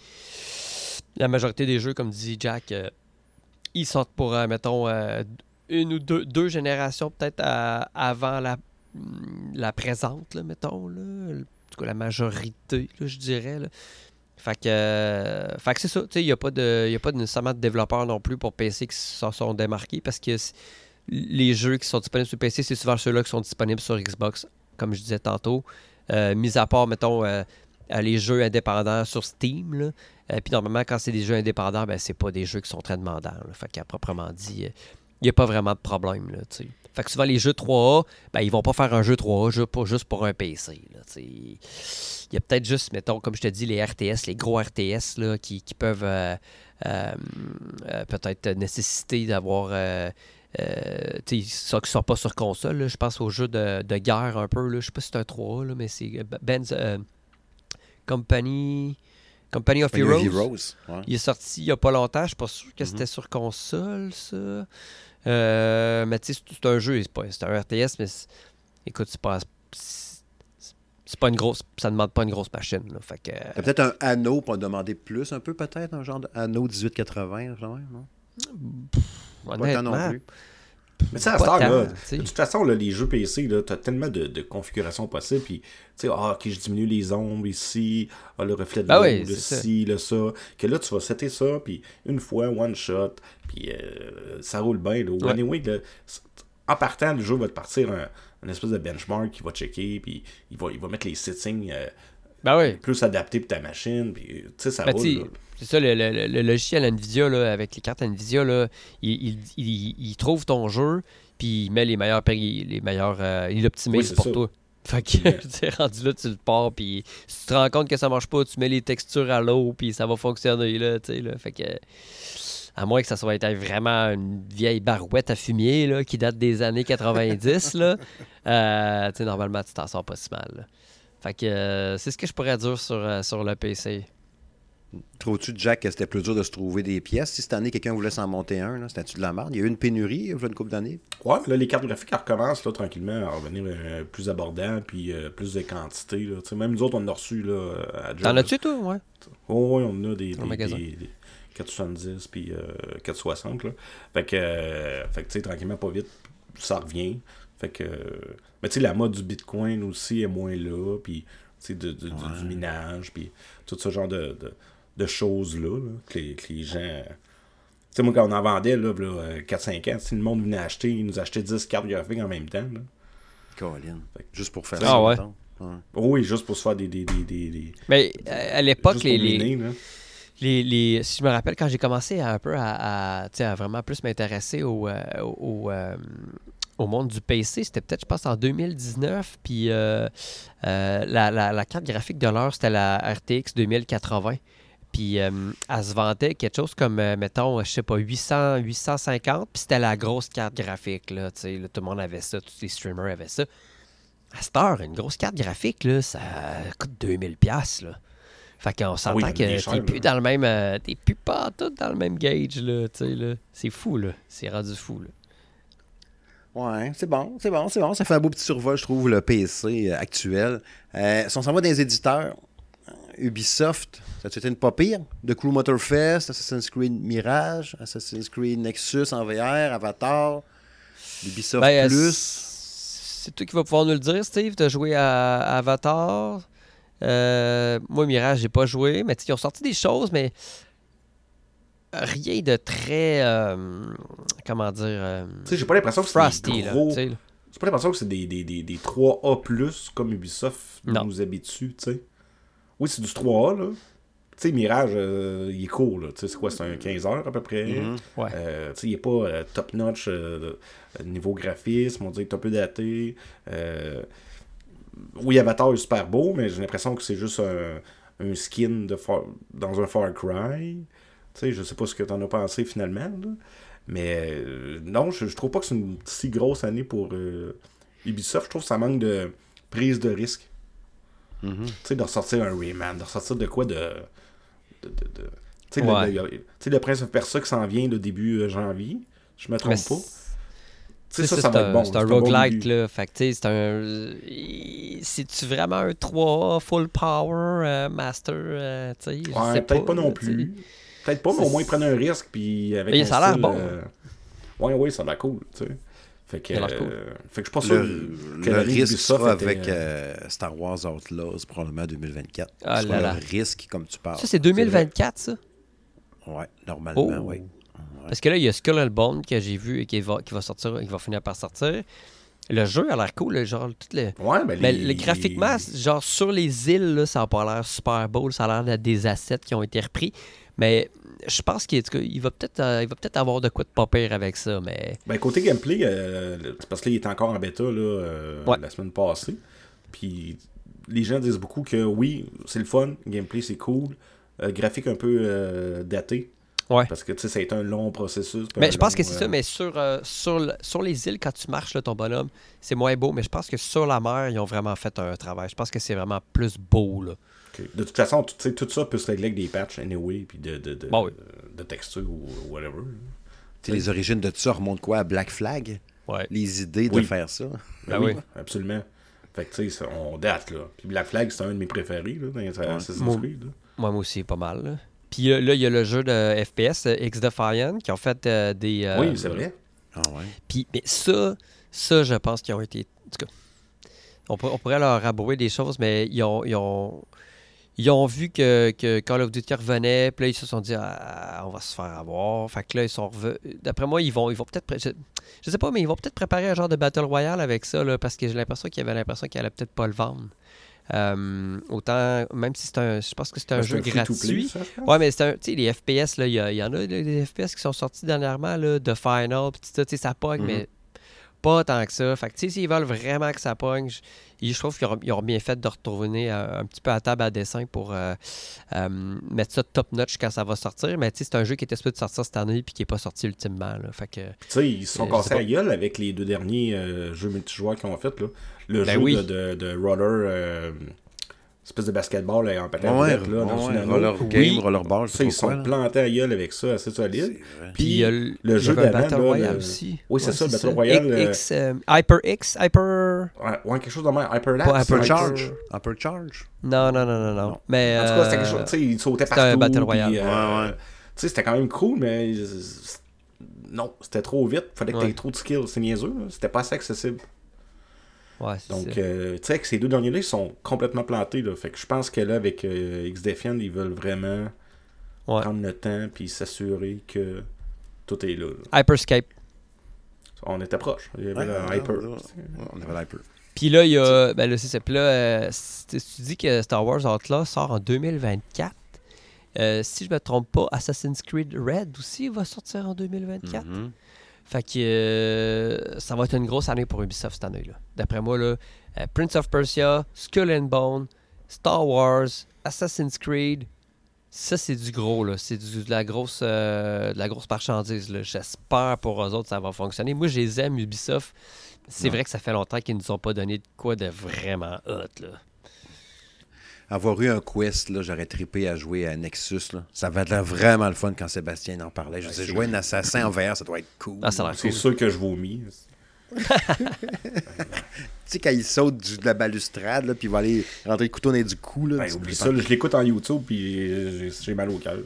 la majorité des jeux, comme dit Jack, euh, ils sortent pour, euh, mettons, euh, une ou deux, deux générations peut-être à- avant la, la présente, là, mettons, là. En tout cas, la majorité, là, je dirais, là. Fait que, euh, fait que c'est ça, tu sais, il n'y a pas de, y a pas de, nécessairement de développeurs non plus pour P C qui s'en sont démarqués parce que c- les jeux qui sont disponibles sur P C, c'est souvent ceux-là qui sont disponibles sur Xbox, comme je disais tantôt. Euh, mis à part, mettons, euh, euh, les jeux indépendants sur Steam, là. Euh, puis normalement, quand c'est des jeux indépendants, ben c'est pas des jeux qui sont très demandants. Là. Fait qu'à proprement dit, il n'y a pas vraiment de problème, là, tu sais. Fait que souvent, les jeux trois A, ben, ils vont pas faire un jeu trois A juste pour, juste pour un P C. Là, il y a peut-être juste, mettons, comme je te dis, les R T S, les gros R T S là, qui, qui peuvent euh, euh, euh, peut-être nécessiter d'avoir... Euh, euh, tu sais, ça qui ne sont pas sur console. Là. Je pense aux jeux de, de guerre un peu. Là. Je sais pas si c'est un trois A, là, mais c'est Ben's euh, Company... Company of Company Heroes. of Heroes, ouais. Il est sorti il n'y a pas longtemps. Je suis pas sûr que Mm-hmm. c'était sur console, ça. Euh, mais tu sais, c'est un jeu, c'est, pas, c'est un R T S, mais c'est, écoute, c'est pas, c'est, c'est pas une grosse, ça demande pas une grosse machine. Là, fait que, T'as peut-être un anneau pour en demander plus, un peu peut-être, un genre d'anneau dix-huit quatre-vingts, genre, non? Pas tant non honnêtement, plus. Mais tu sais, à Pas cette heure-là, tant, tu sais. de toute façon, là, les jeux P C, tu as tellement de, de configurations possibles. Puis, tu sais, ah, ok, je diminue les ombres ici, ah, le reflet de Ben l'eau, oui, le c'est ci, le ça. Que là, tu vas setter ça, puis une fois, one shot, puis euh, ça roule bien. Là. Ouais. Anyway, là, en partant, le jeu va te partir un, un espèce de benchmark qui va checker, puis il va, il va mettre les settings euh, Ben oui. plus adaptés pour ta machine, puis tu sais, ça Ben, roule. t'sais, Là. c'est ça, le, le- le logiciel Nvidia, là, avec les cartes Nvidia, là, il, il, il- il trouve ton jeu, puis il met les meilleurs péri- les meilleurs, euh, il l'optimise Oui, c'est pour ça. toi. Fait que, Ouais. tu sais, rendu là, tu le pars, puis si tu te rends compte que ça marche pas, tu mets les textures à l'eau, puis ça va fonctionner, là, tu sais, là. Fait que, à moins que ça soit été vraiment une vieille barouette à fumier, là, qui date des années quatre-vingt-dix, là, euh, tu sais, normalement, tu t'en sors pas si mal, là. Fait que, euh, c'est ce que je pourrais dire sur, euh, sur le P C. Trouves-tu, Jack, que c'était plus dur de se trouver des pièces? Si cette année, quelqu'un voulait s'en monter un, là, c'était-tu de la merde? Il y a eu une pénurie il y a une couple d'années? Ouais, là, les cartes graphiques elles recommencent là, tranquillement à revenir euh, plus abordables, puis euh, plus de quantité. Là. Tu sais, même nous autres, on en a reçu là, à Job. T'en as-tu, toi? Ouais. Oh, oui, on en a des, Au des, magasin. des, des quatre cent soixante-dix puis euh, quatre cent soixante. Là. Fait que, euh, fait que tu sais, tranquillement, pas vite, ça revient. Fait que... Mais tu sais, la mode du Bitcoin aussi est moins là, puis tu sais, de, de, ouais. du minage, puis tout ce genre de, de, de choses-là, là, que, les, que les gens... Tu sais, moi, quand on en vendait, là, là quatre cinq ans, si le monde venait acheter, ils nous achetaient dix cartes graphiques en même temps, là. Colin. Juste pour faire ah, ça, ouais. ouais. Oui, juste pour se faire des... des, des, des, des... Mais à l'époque, les... les... Miner, Les, les, si je me rappelle, quand j'ai commencé à, un peu à, à, à vraiment plus m'intéresser au, euh, au, euh, au monde du P C, c'était peut-être, je pense, en deux mille dix-neuf. Puis euh, euh, la, la, la carte graphique de l'heure, c'était la R T X deux mille quatre-vingts. Puis euh, elle se vendait quelque chose comme, euh, mettons, je sais pas, huit cents, huit cent cinquante. Puis c'était la grosse carte graphique. Là, là, tout le monde avait ça, tous les streamers avaient ça. À cette heure, une grosse carte graphique, là, ça coûte deux mille dollars. Là. Fait qu'on s'entend ah oui, que t'es plus dans le même. Euh, t'es plus pas tout dans le même gauge, là. Tu sais, là. C'est fou, là. C'est rendu fou, là. Ouais, c'est bon, c'est bon, c'est bon. Ça fait un beau petit survol, je trouve, le P C actuel. Euh, si on s'en va dans les éditeurs, Ubisoft, ça a été une pas pire. The Crew Motorfest, Assassin's Creed Mirage, Assassin's Creed Nexus en V R, Avatar, Ubisoft ben, Plus. C'est toi qui vas pouvoir nous le dire, Steve. T'as joué à, à Avatar. Euh, moi, Mirage, j'ai pas joué, mais ils ont sorti des choses, mais rien de très, euh, comment dire, euh, tu sais, j'ai pas l'impression que c'est des gros... Là, j'ai pas l'impression que c'est des, des, des, des trois A plus, comme Ubisoft non. nous habitue, tu sais. Oui, c'est du trois A, là. Tu sais, Mirage, euh, il est court, là. Tu sais, c'est quoi, c'est un quinze heures, à peu près. Mm-hmm. Ouais. Euh, tu sais, il est pas euh, top-notch euh, niveau graphisme, on dirait qu'il est un peu daté. Euh... Oui, Avatar est super beau, mais j'ai l'impression que c'est juste un, un skin de far, dans un Far Cry. Tu sais, je sais pas ce que t'en as pensé finalement, là. Mais euh, non, je, je trouve pas que c'est une si grosse année pour euh, Ubisoft. Je trouve que ça manque de prise de risque. Mm-hmm. Tu sais, de ressortir un Rayman, de ressortir de quoi de... de, de, de tu sais, ouais. le, le, le Prince of Persia qui s'en vient le début euh, janvier. Je me trompe mais pas. C'est ça, ça, ça va être bon. C'est un roguelike, bon là. Fait que, tu sais, c'est un... C'est-tu vraiment un trois A full power euh, master, euh, tu sais? Ouais, peut-être pas, pas non plus. T'sais. Peut-être pas, mais au moins ils prennent un risque, puis avec mais un ça a l'air style, bon. Euh... Ouais, ouais, ça a l'air cool, tu sais. Fait que, euh, cool. fait que je pense que le, que le risque sera avec euh, Star Wars Outlaws, probablement deux mille vingt-quatre. Ah là là. Le risque, comme tu parles. Ça, c'est deux mille vingt-quatre, ça? Ouais, normalement, oh. oui. Ouais. Parce que là, il y a Skull and Bone que j'ai vu et qui va, qui va sortir, qui va finir par sortir. Le jeu a l'air cool, genre toutes les. Ouais, ben mais les... les, graphiquement, genre sur les îles, là, ça n'a pas l'air super beau. Ça a l'air d'être des assets qui ont été repris. Mais je pense qu'il il va peut-être euh, il va peut-être avoir de quoi de pas pire avec ça. Mais. Ben côté gameplay, euh, parce que là, il est encore en bêta là, euh, ouais. la semaine passée. Puis les gens disent beaucoup que oui, c'est le fun, le gameplay c'est cool. Euh, graphique un peu euh, daté. Ouais. Parce que tu sais, ça a été un long processus. Mais je pense long, que c'est euh... ça, mais sur, euh, sur, sur les îles, quand tu marches, là, ton bonhomme, c'est moins beau. Mais je pense que sur la mer, ils ont vraiment fait un travail. Je pense que c'est vraiment plus beau. Là. Okay. De toute façon, tout, tout ça peut se régler avec des patchs anyway, puis de, de, de, bon, oui. de, de texture ou whatever. T'sais, les origines de tout ça remontent quoi à Black Flag? Ouais. Les idées oui. de faire ça. Ben oui, oui, absolument. Fait que tu sais, on date là. Puis Black Flag, c'est un de mes préférés là, dans les Assassin's Creed. Là. Moi, moi aussi, pas mal. Là. Puis là, il y a le jeu de F P S, X-Defiant, qui ont fait euh, des... Euh, oui, c'est vrai. Ah ouais. Puis mais ça, ça, je pense qu'ils ont été... En tout cas, on, pour, on pourrait leur abouer des choses, mais ils ont... Ils ont Ils ont vu que, que Call of Duty revenait, puis là, ils se sont dit ah, on va se faire avoir. Fait que là, ils sont revenus. D'après moi, ils vont, ils vont peut-être. Pré... Je, je sais pas, mais ils vont peut-être préparer un genre de Battle Royale avec ça, là, parce que j'ai l'impression qu'il y avait l'impression qu'ils allaient peut-être pas le vendre. Euh, autant, même si c'est un. Je pense que c'est un ben, jeu c'est un gratuit. Ça, ouais, mais c'est un. Tu sais, les F P S, il y, y en a des F P S qui sont sortis dernièrement, là, de Final, puis tout ça, ça pogne, mm-hmm. mais pas tant que ça. Fait que, tu sais, s'ils veulent vraiment que ça pogne, je, je trouve qu'ils auront bien fait de retourner euh, un petit peu à table à dessin pour euh, euh, mettre ça top-notch quand ça va sortir. Mais, tu sais, c'est un jeu qui était supposé de sortir cette année puis qui n'est pas sorti ultimement. Là. Fait que. Tu sais, ils se sont cassés la gueule avec les deux derniers euh, jeux multijoueurs qu'ils ont fait, là. Le ben jeu oui. de, de, de roller. Euh, espèce de basketball là, en patin ouais, roulette, là, ouais, dans ouais, une anneau. roller oui. game, rollerball, ça, ils se sont quoi, plantés à gueule avec ça, assez solide. Puis euh, le jeu d'avant, Battle là, Royale le... aussi. Oui, c'est ouais, ça, le c'est Battle ça. Royale. X, euh, Hyper X, Hyper... Ouais, ouais, quelque chose de même. Hyperlapse. Pas Hypercharge. Hyper... Hypercharge. Non, non, non, non, non. non. Mais, en tout cas, c'était quelque chose, tu sais, ils sautaient partout. C'était un Battle Royale. Puis, euh, ouais, ouais. Tu sais, c'était quand même cool, mais non, c'était trop vite. Fallait que ouais. tu aies trop de skills. C'est niaiseux, là. C'était pas assez accessible. Ouais, c'est Donc, ça. euh, tu sais, que ces deux derniers-là, ils sont complètement plantés. Là. Fait que je pense que là, avec euh, X-Defiant, ils veulent vraiment Ouais. prendre le temps puis s'assurer que tout est là. là. Hyperscape. On était proche. Il y avait Ouais, le ouais, Hyper. ouais, on avait l'Hyper. Puis là, il y a. Ben là, c'est ça. Puis là, euh, si tu dis que Star Wars Outlaw sort en deux mille vingt-quatre. Euh, si je me trompe pas, Assassin's Creed Red aussi va sortir en deux mille vingt-quatre. Mm-hmm. Fait que euh, ça va être une grosse année pour Ubisoft cette année-là. D'après moi, là, euh, Prince of Persia, Skull and Bone, Star Wars, Assassin's Creed, ça c'est du gros, là. C'est du, de, la grosse, euh, de la grosse marchandise. Là. J'espère pour eux autres que ça va fonctionner. Moi, je les aime, Ubisoft. C'est Ouais. vrai que ça fait longtemps qu'ils nous ont pas donné de quoi de vraiment hot, là. Avoir eu un Quest, là, j'aurais trippé à jouer à Nexus. Là. Ça va être vraiment le fun quand Sébastien en parlait. Je Ouais, disais, c'est jouer vrai. un assassin en V R, ça doit être cool. Ah, ça a l'air C'est cool. sûr que je vomis. Tu sais, quand il saute du, de la balustrade, là, puis il va aller rentrer le couteau dans du cou. Là, Ben, tu- oublie ça, là, je l'écoute en YouTube puis euh, j'ai, j'ai mal au cœur.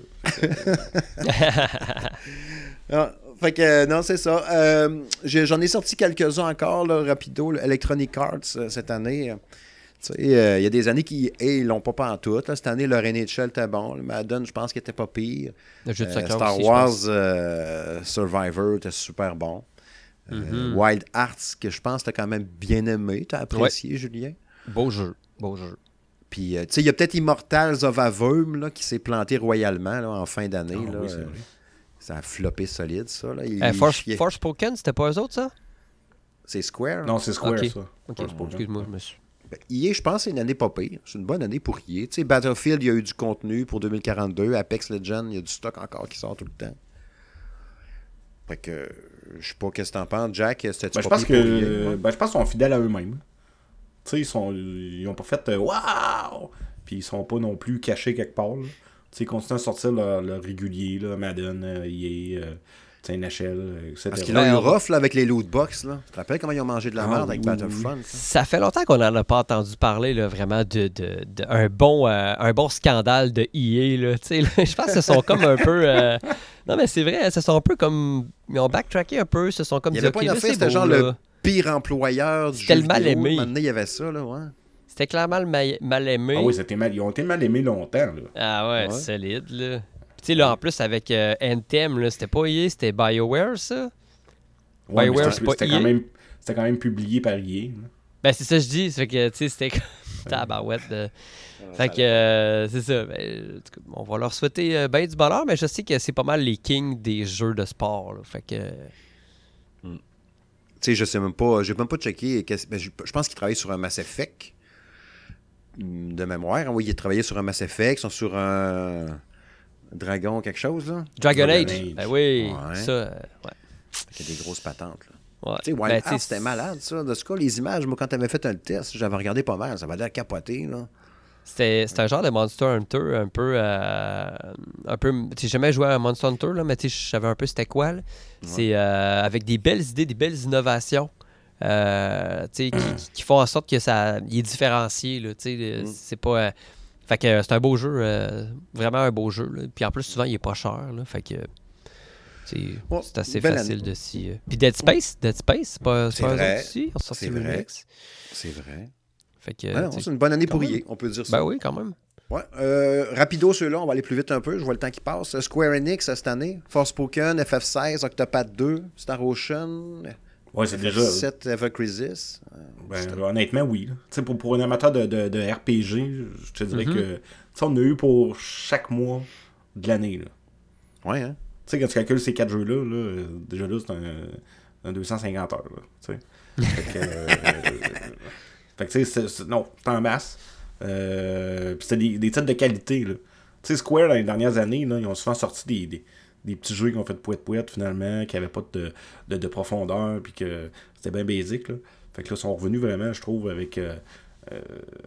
Ah, fait que, euh, non, c'est ça. Euh, j'ai- j'en ai sorti quelques-uns encore, là, rapido, là, Electronic Arts, euh, cette année. Tu sais, euh, il y a des années qui hey, ils l'ont pas pantoute. Là. Cette année, le N H L était bon. Le Madden, je pense qu'il était pas pire. Le jeu de Euh, soccer Star aussi, je Wars pense. euh, Survivor était super bon. Euh, Mhm. Wild Arts, que je pense que t'as quand même bien aimé. T'as apprécié, Julien. Beau jeu. Beau jeu. Puis, euh, tu sais, il y a peut-être Immortals of Avum, là, qui s'est planté royalement là, en fin d'année. Ah, là. oui, c'est Euh, vrai. ça a floppé solide, ça. Là. Il- Euh, il Force, chiait. Forspoken, c'était pas eux autres, ça? C'est Square. Non, c'est Square, Ok. ça. Ok, Forspoken. excuse-moi, je me suis... Ben, I A, je pense que c'est une année pas pire. C'est une bonne année pour I A. Tu sais, Battlefield, il y a eu du contenu pour deux mille quarante-deux. Apex Legends, il y a du stock encore qui sort tout le temps. Fait que, euh, je sais pas qu'est-ce que t'en penses, Jack. C'était Ben, je pense que ben, je pense qu'ils sont fidèles à eux-mêmes. Tu sais, ils sont ils ont pas fait euh, waouh, puis ils sont pas non plus cachés quelque part. là. Tu sais, ils continuent à sortir leur, leur régulier, là, Madden, euh, E A, euh, tu sais, N H L, euh, et cetera. Parce qu'ils l'ont eu Ben, rough là, avec les loot box. Là. Tu te rappelles comment ils ont mangé de la Ah, merde avec oui, Battlefront? là? Ça fait longtemps qu'on n'en a pas entendu parler là, vraiment de, de, de un, bon, euh, un bon scandale de E A. Là, tu sais, là. Je pense que ce sont comme un peu... euh, Non, mais c'est vrai, ce sont un peu comme... Ils ont backtracké un peu, ce sont comme... Il y dit, avait pas OK, une là, affaire, c'est c'était beau, genre là. le pire employeur du C'était jeu le mal vidéo. aimé. Maintenant, il y avait ça, là, ouais. C'était clairement le ma- mal aimé. Ah oui, c'était mal, ils ont été mal aimés longtemps. Là. Ah ouais, Ouais. solide, là. Puis tu sais, là, en plus, avec euh, Anthem, là, c'était pas E A, c'était BioWare, ça? Ouais, mais BioWare, c'était, c'est pas c'était E A. quand même, c'était quand même publié par E A. là. Ben, c'est ça que je dis. Ça fait que, tu sais, c'était comme... Tabarouette. de- Fait que, euh, c'est ça. Ben, en tout cas, on va leur souhaiter euh, ben du bonheur, mais je sais que c'est pas mal les kings des jeux de sport, là. Fait que... Tu sais, je sais même pas, j'ai même pas checké. qu'est-ce- ben, je, je pense qu'ils travaillent sur un Mass Effect hum, de mémoire. hein. Oui, ils travaillaient sur un Mass Effect, ils sont sur un Dragon, quelque chose, là. Dragon, Dragon Age. Age. Ben oui, Ouais. ça, euh, ouais. Il y a des grosses patentes, là. Ouais. Tu sais, Ben, Wild tu sais, Arts, c'était malade, ça. De ce cas, les images, moi, quand t'avais fait un test, j'avais regardé pas mal. Ça va l'air capoté, là. C'était c'était un genre de Monster Hunter un peu... euh, un peu tu sais, j'ai jamais joué à un Monster Hunter, là, mais tu sais, je savais un peu c'était quoi. là. C'est euh, avec des belles idées, des belles innovations. euh, tu sais, qui, qui- qui font en sorte que ça il est différencié. Là, tu sais, euh, Mm. c'est pas... euh, fait que euh, c'est un beau jeu. euh, vraiment un beau jeu. Là. Puis en plus, souvent, il est pas cher. Là, fait que... tu sais, Ouais, c'est assez belle facile année. de s'y... euh. Puis Dead Space, Dead Space, c'est pas, c'est C'est pas eux vrai. autres aussi. Ils ont sorti C'est le vrai. remix. C'est vrai. Fait que, Ouais, non, tu sais, c'est une bonne année quand pour même. I A, on peut dire ça. ben oui, quand même. Ouais. Euh, rapido, ceux-là, on va aller plus vite un peu. Je vois le temps qui passe. Square Enix, cette année. Forspoken, F F seize, Octopath deux, Star Ocean, Ouais, c'est déjà. sept Ever Crisis. Euh, Ben, honnêtement, oui. là. Tu sais, Pour, pour un amateur de, de, de R P G, je te dirais Mhm. que. Tu sais, on a eu pour chaque mois de l'année. là. Ouais, hein? Tu sais, quand tu calcules ces quatre jeux-là, là, euh, déjà là, c'est un, un deux cent cinquante heures. Là, tu sais. Fait que, euh, fait que, tu sais, c'est- c'est- non, c'est en masse. Euh, Puis c'était des, des titres de qualité. Là. Tu sais, Square, dans les dernières années, là, ils ont souvent sorti des, des, des petits jeux qui ont fait pouette-pouette, finalement, qui n'avaient pas de, de, de profondeur, puis que c'était bien basique. Là. Fait que là, ils sont revenus vraiment, je trouve, avec euh, euh,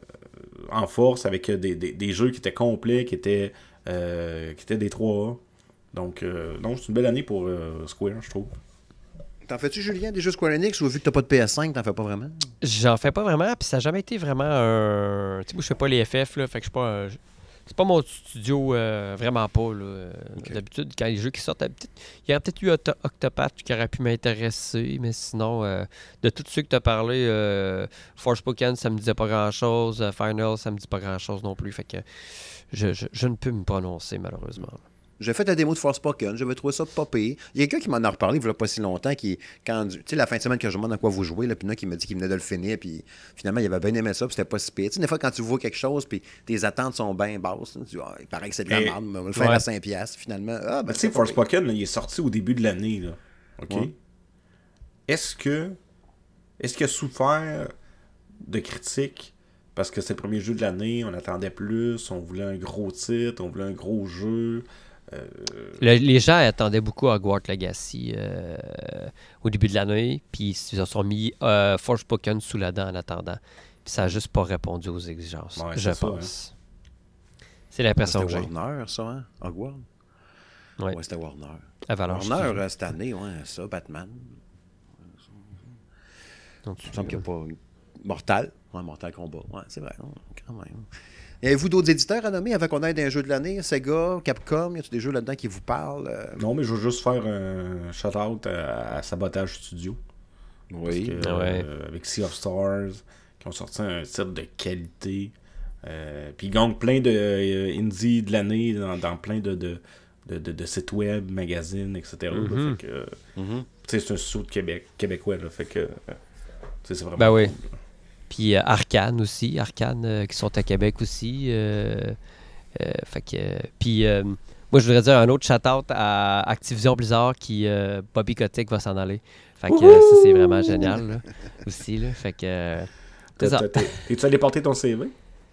en force, avec des, des, des jeux qui étaient complets, qui étaient, euh, qui étaient des trois A. Donc, euh, non, c'est une belle année pour euh, Square, je trouve. T'en fais-tu, Julien, des jeux Square Enix, ou vu que t'as pas de P S cinq, t'en fais pas vraiment? J'en fais pas vraiment, puis ça n'a jamais été vraiment un... Tu sais, moi, je fais pas les F F, là, fait que je suis pas un... c'est pas mon studio, euh, vraiment pas. Là. Okay. D'habitude, quand les jeux qui sortent, peut-être, il y aurait peut-être eu Octo- Octopath qui aurait pu m'intéresser, mais sinon, euh, de tous ceux que tu as parlé, euh, Forspoken, ça me disait pas grand-chose. Final, ça me dit pas grand-chose non plus. Fait que je, je, je ne peux me prononcer, malheureusement. J'ai fait la démo de Forspoken, j'avais trouvé ça pas pire. Il y a quelqu'un qui m'en a reparlé il y a pas si longtemps, qui, quand, tu sais, la fin de semaine que je me demande à quoi vous jouez, là, puis là, qui m'a dit qu'il venait de le finir, puis finalement, il avait bien aimé ça, puis c'était pas si pire. Tu sais, des fois, quand tu vois quelque chose, puis tes attentes sont bien basses, tu dis, ah, il paraît que c'est de la Et... merde, mais on va le faire ouais. à cinq piastres, finalement. Ah, ben, tu sais, Forspoken, il est sorti au début de l'année, là. OK? Ouais. Est-ce que. Est-ce qu'il a souffert de critiques parce que c'est le premier jeu de l'année, on attendait plus, on voulait un gros titre, on voulait un gros jeu. Euh... Le, les gens attendaient beaucoup Hogwarts Legacy euh, au début de l'année, puis ils se sont mis euh, Forspoken sous la dent en attendant. Puis ça n'a juste pas répondu aux exigences, ouais, je pense. Hein. C'est l'impression que j'ai. C'était Warner, ça, hein? Hogwarts? Ouais. Ouais, c'était Warner. Avalanche. Warner, euh, cette année, ouais, ça, Batman. Donc, il me semble qu'il n'y a pas... Mortal. Ouais, Mortal Kombat. Ouais, c'est vrai, quand même. Et avez-vous d'autres éditeurs à nommer avant qu'on aille d'un jeu de l'année? Sega, Capcom, y a-t-il des jeux là-dedans qui vous parlent? Euh... Non, mais je veux juste faire un shout-out à, à Sabotage Studio. Oui. Parce que, ah ouais. euh, avec Sea of Stars, qui ont sorti un titre de qualité. Euh, puis ils gagnent plein de euh, indies de l'année dans, dans plein de, de, de, de, de sites web, magazines, et cetera. Mm-hmm. Là, fait que, mm-hmm. c'est un studio de Québec, québécois. Là, fait que, c'est vraiment ben oui. cool. Puis euh, Arcane aussi, Arcane euh, qui sont à Québec aussi. Euh, euh, fait que, euh, puis euh, moi je voudrais dire un autre shout-out à Activision Blizzard qui euh, Bobby Kotick va s'en aller. Fait que euh, ça c'est vraiment génial là, aussi là. Fait que euh, c'est ça. Es-tu allé porter ton C V?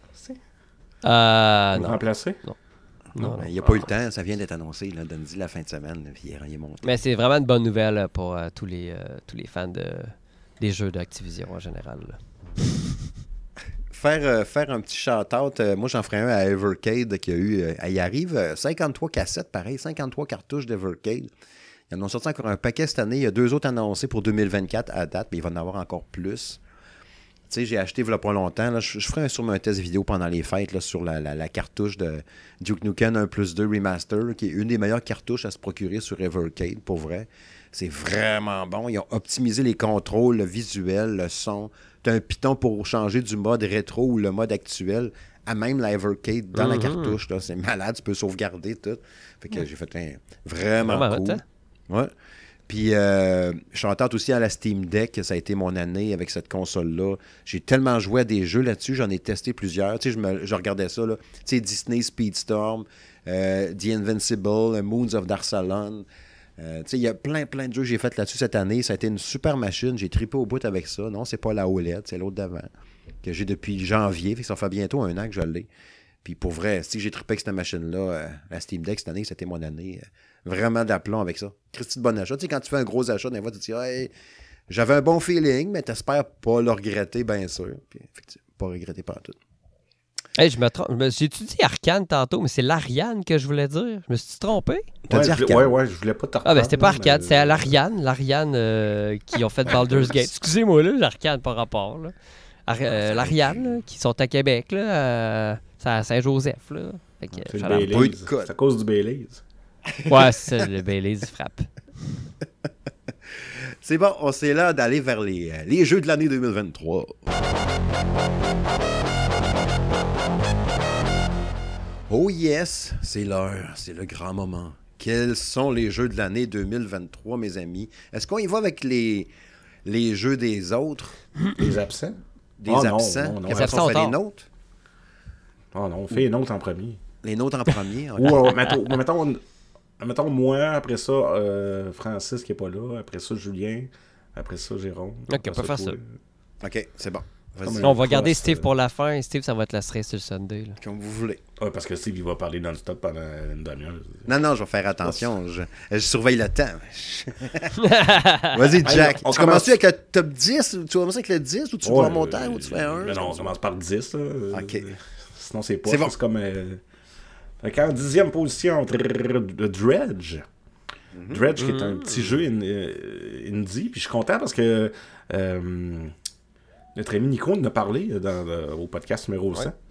Euh, Pour non. le remplacer? Non. Non, non, il n'y a pas eu le temps, ça vient d'être annoncé, là, Dundee la fin de semaine, puis il est monté. Mais c'est vraiment une bonne nouvelle pour euh, tous les euh, tous les fans de, des jeux d'Activision en général. Là. Faire, euh, faire un petit shout-out, euh, moi j'en ferai un à Evercade qui a eu, euh, il arrive euh, cinquante-trois cassettes, pareil, cinquante-trois cartouches d'Evercade. Ils en ont sorti encore un paquet cette année, il y a deux autres annoncés pour deux mille vingt-quatre à date, mais il va en avoir encore plus. Tu sais, j'ai acheté il y a pas longtemps, là, je, je ferai un, sûrement un test vidéo pendant les fêtes là, sur la, la, la cartouche de Duke Nukem un plus deux Remaster, là, qui est une des meilleures cartouches à se procurer sur Evercade, pour vrai. C'est vraiment bon, ils ont optimisé les contrôles, le visuel, le son. Tu as un piton pour changer du mode rétro ou le mode actuel à même la Evercade dans mm-hmm. la cartouche. Là. C'est malade, tu peux sauvegarder tout. Fait que mm. j'ai fait un vraiment, vraiment cool. Ouais. Puis, euh, je suis en tente aussi à la Steam Deck. Ça a été mon année avec cette console-là. J'ai tellement joué à des jeux là-dessus. J'en ai testé plusieurs. Tu sais, je, me, je regardais ça. Tu sais, Disney Speedstorm, euh, The Invincible, Moons of Darsalon. Euh, il y a plein, plein de jeux que j'ai fait là-dessus cette année. Ça a été une super machine. J'ai trippé au bout avec ça. Non, c'est pas la O L E D, c'est l'autre d'avant. Que j'ai depuis janvier. Fait que ça fait bientôt un an que je l'ai. Puis pour vrai, si j'ai trippé avec cette machine-là, euh, la Steam Deck cette année, c'était mon année. Euh, vraiment d'aplomb avec ça. Christy de bon achat. Tu sais, quand tu fais un gros achat, des fois, tu te dis, hey, j'avais un bon feeling, mais t'espères pas le regretter, bien sûr. Puis, effectivement, pas regretter pas tout. Hey, je me trompe. J'ai-tu dit Arcane tantôt, mais c'est l'Ariane que je voulais dire. Je me suis trompé? T'as ouais, dit Arcane? Ouais, ouais, je voulais pas t'arcane. Ah, ben c'était pas Arcane, mais... c'est à l'Ariane. L'Ariane euh, qui ont fait Baldur's Gate. Excusez-moi, là, l'Arcane par rapport. Là. Ar- euh, L'Ariane, là, qui sont à Québec, là, euh, c'est à Saint-Joseph. Là. Fait que, c'est, le c'est à cause du Baileys. Ouais, c'est ça, le Baileys frappe. C'est bon, on s'est là d'aller vers les, les jeux de l'année deux mille vingt-trois. Oh yes, c'est l'heure, c'est le grand moment. Quels sont les jeux de l'année deux mille vingt-trois, mes amis? Est-ce qu'on y va avec les, les jeux des autres? Les absents? Des oh, absents? Non, non, non. Les absents, on fait les nôtres? Oh non, on fait les nôtres en premier. Les nôtres en premier? Okay. Ou, euh, mettons, mettons, mettons, moi, après ça, euh, Francis qui n'est pas là, après ça, Julien, après ça, Jérôme. Ok, on peut faire ça. Ok, c'est bon. On va garder Steve pour la fin. Steve, ça va être la stress sur le Sunday. Là. Comme vous voulez. Ouais, parce que Steve, il va parler non-stop pendant une demi-heure. Non, non, je vais faire attention. Je, je surveille le temps. Vas-y, Jack. Hey, tu commences... commences-tu avec le top dix? Tu commences avec le dix ou tu ouais, vas monter euh, ou tu fais un? Mais non, on commence par le dix. Là. OK. Sinon, c'est pas. C'est, bon. C'est comme... Euh... En dixième position, le Dredge. Mm-hmm. Dredge, qui est un petit jeu in, uh, indie. Puis je suis content parce que... Euh, notre ami Nico en a parlé dans, dans, au podcast numéro cent. Ouais.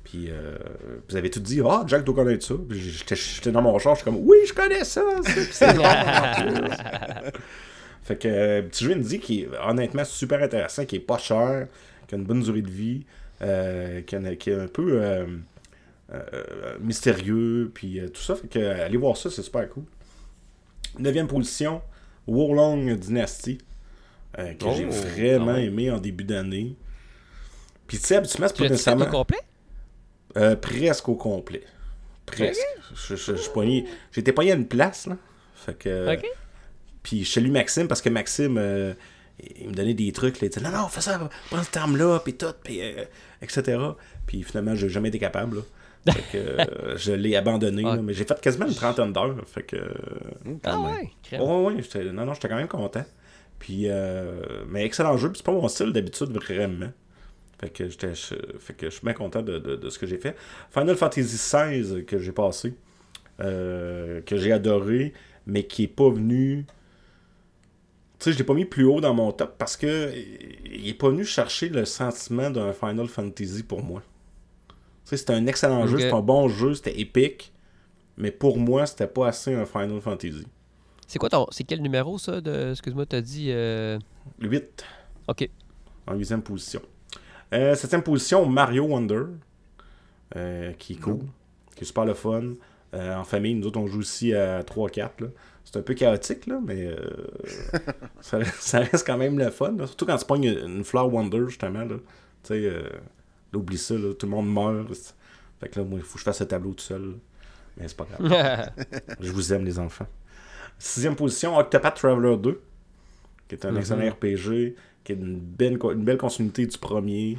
Puis euh, vous avez tout dit, ah, Jack doit connaître ça. Puis j'étais, j'étais dans mon char, je suis comme, oui, je connais ça. ça. Puis c'est bon, en plus. Fait que, euh, petit jeu indie qui est honnêtement super intéressant, qui est pas cher, qui a une bonne durée de vie, euh, qui, a, qui est un peu euh, euh, mystérieux, puis euh, tout ça. Fait que, euh, allez voir ça, c'est super cool. Neuvième position, Wolong Dynasty, euh, que oh, j'ai vraiment oh. aimé en début d'année. Puis tu sais, habituellement, c'est pas nécessairement... au complet? Euh, presque au complet. Presque. Okay. Je, je, je, je pogné... J'étais pogné à une place, là. Fait que... OK. Puis je salue Maxime, parce que Maxime, euh, il me donnait des trucs, là, il disait « Non, non, fais ça, prends ce terme-là, puis tout, puis euh, et cetera » Puis finalement, j'ai jamais été capable, là. Fait que euh, je l'ai abandonné, ah. là, mais j'ai fait quasiment une trentaine d'heures, fait que... Mmh, ah ouais? Ouais, ouais, j'étais... non, non, j'étais quand même content. Puis, euh... mais excellent jeu, puis c'est pas mon style d'habitude, vraiment. Fait que j'étais, je, fait que je suis bien content de, de, de ce que j'ai fait. Final Fantasy seize que j'ai passé, euh, que j'ai adoré, mais qui est pas venu... Tu sais, je l'ai pas mis plus haut dans mon top parce que il est pas venu chercher le sentiment d'un Final Fantasy pour moi. Tu sais, c'était un excellent okay. jeu, c'était un bon jeu, c'était épique, mais pour moi, c'était pas assez un Final Fantasy. C'est quoi ton... C'est quel numéro, ça, de... Excuse-moi, t'as dit... Euh... huit. OK. En huitième position. Euh, septième position, Mario Wonder, euh, qui est cool, qui est super le fun. Euh, en famille, nous autres, on joue aussi à trois quatre. Là. C'est un peu chaotique, là, mais euh, ça, ça reste quand même le fun. Là. Surtout quand tu pognes une, une Flower Wonder, justement. Là. Tu sais, euh, oublie ça, là, tout le monde meurt. Là. Fait que là, moi, il faut que je fasse ce tableau tout seul. Là. Mais c'est pas grave. Je vous aime, les enfants. Sixième position, Octopath Traveler deux, qui est un mm-hmm. excellent R P G, qui est une belle, une belle continuité du premier,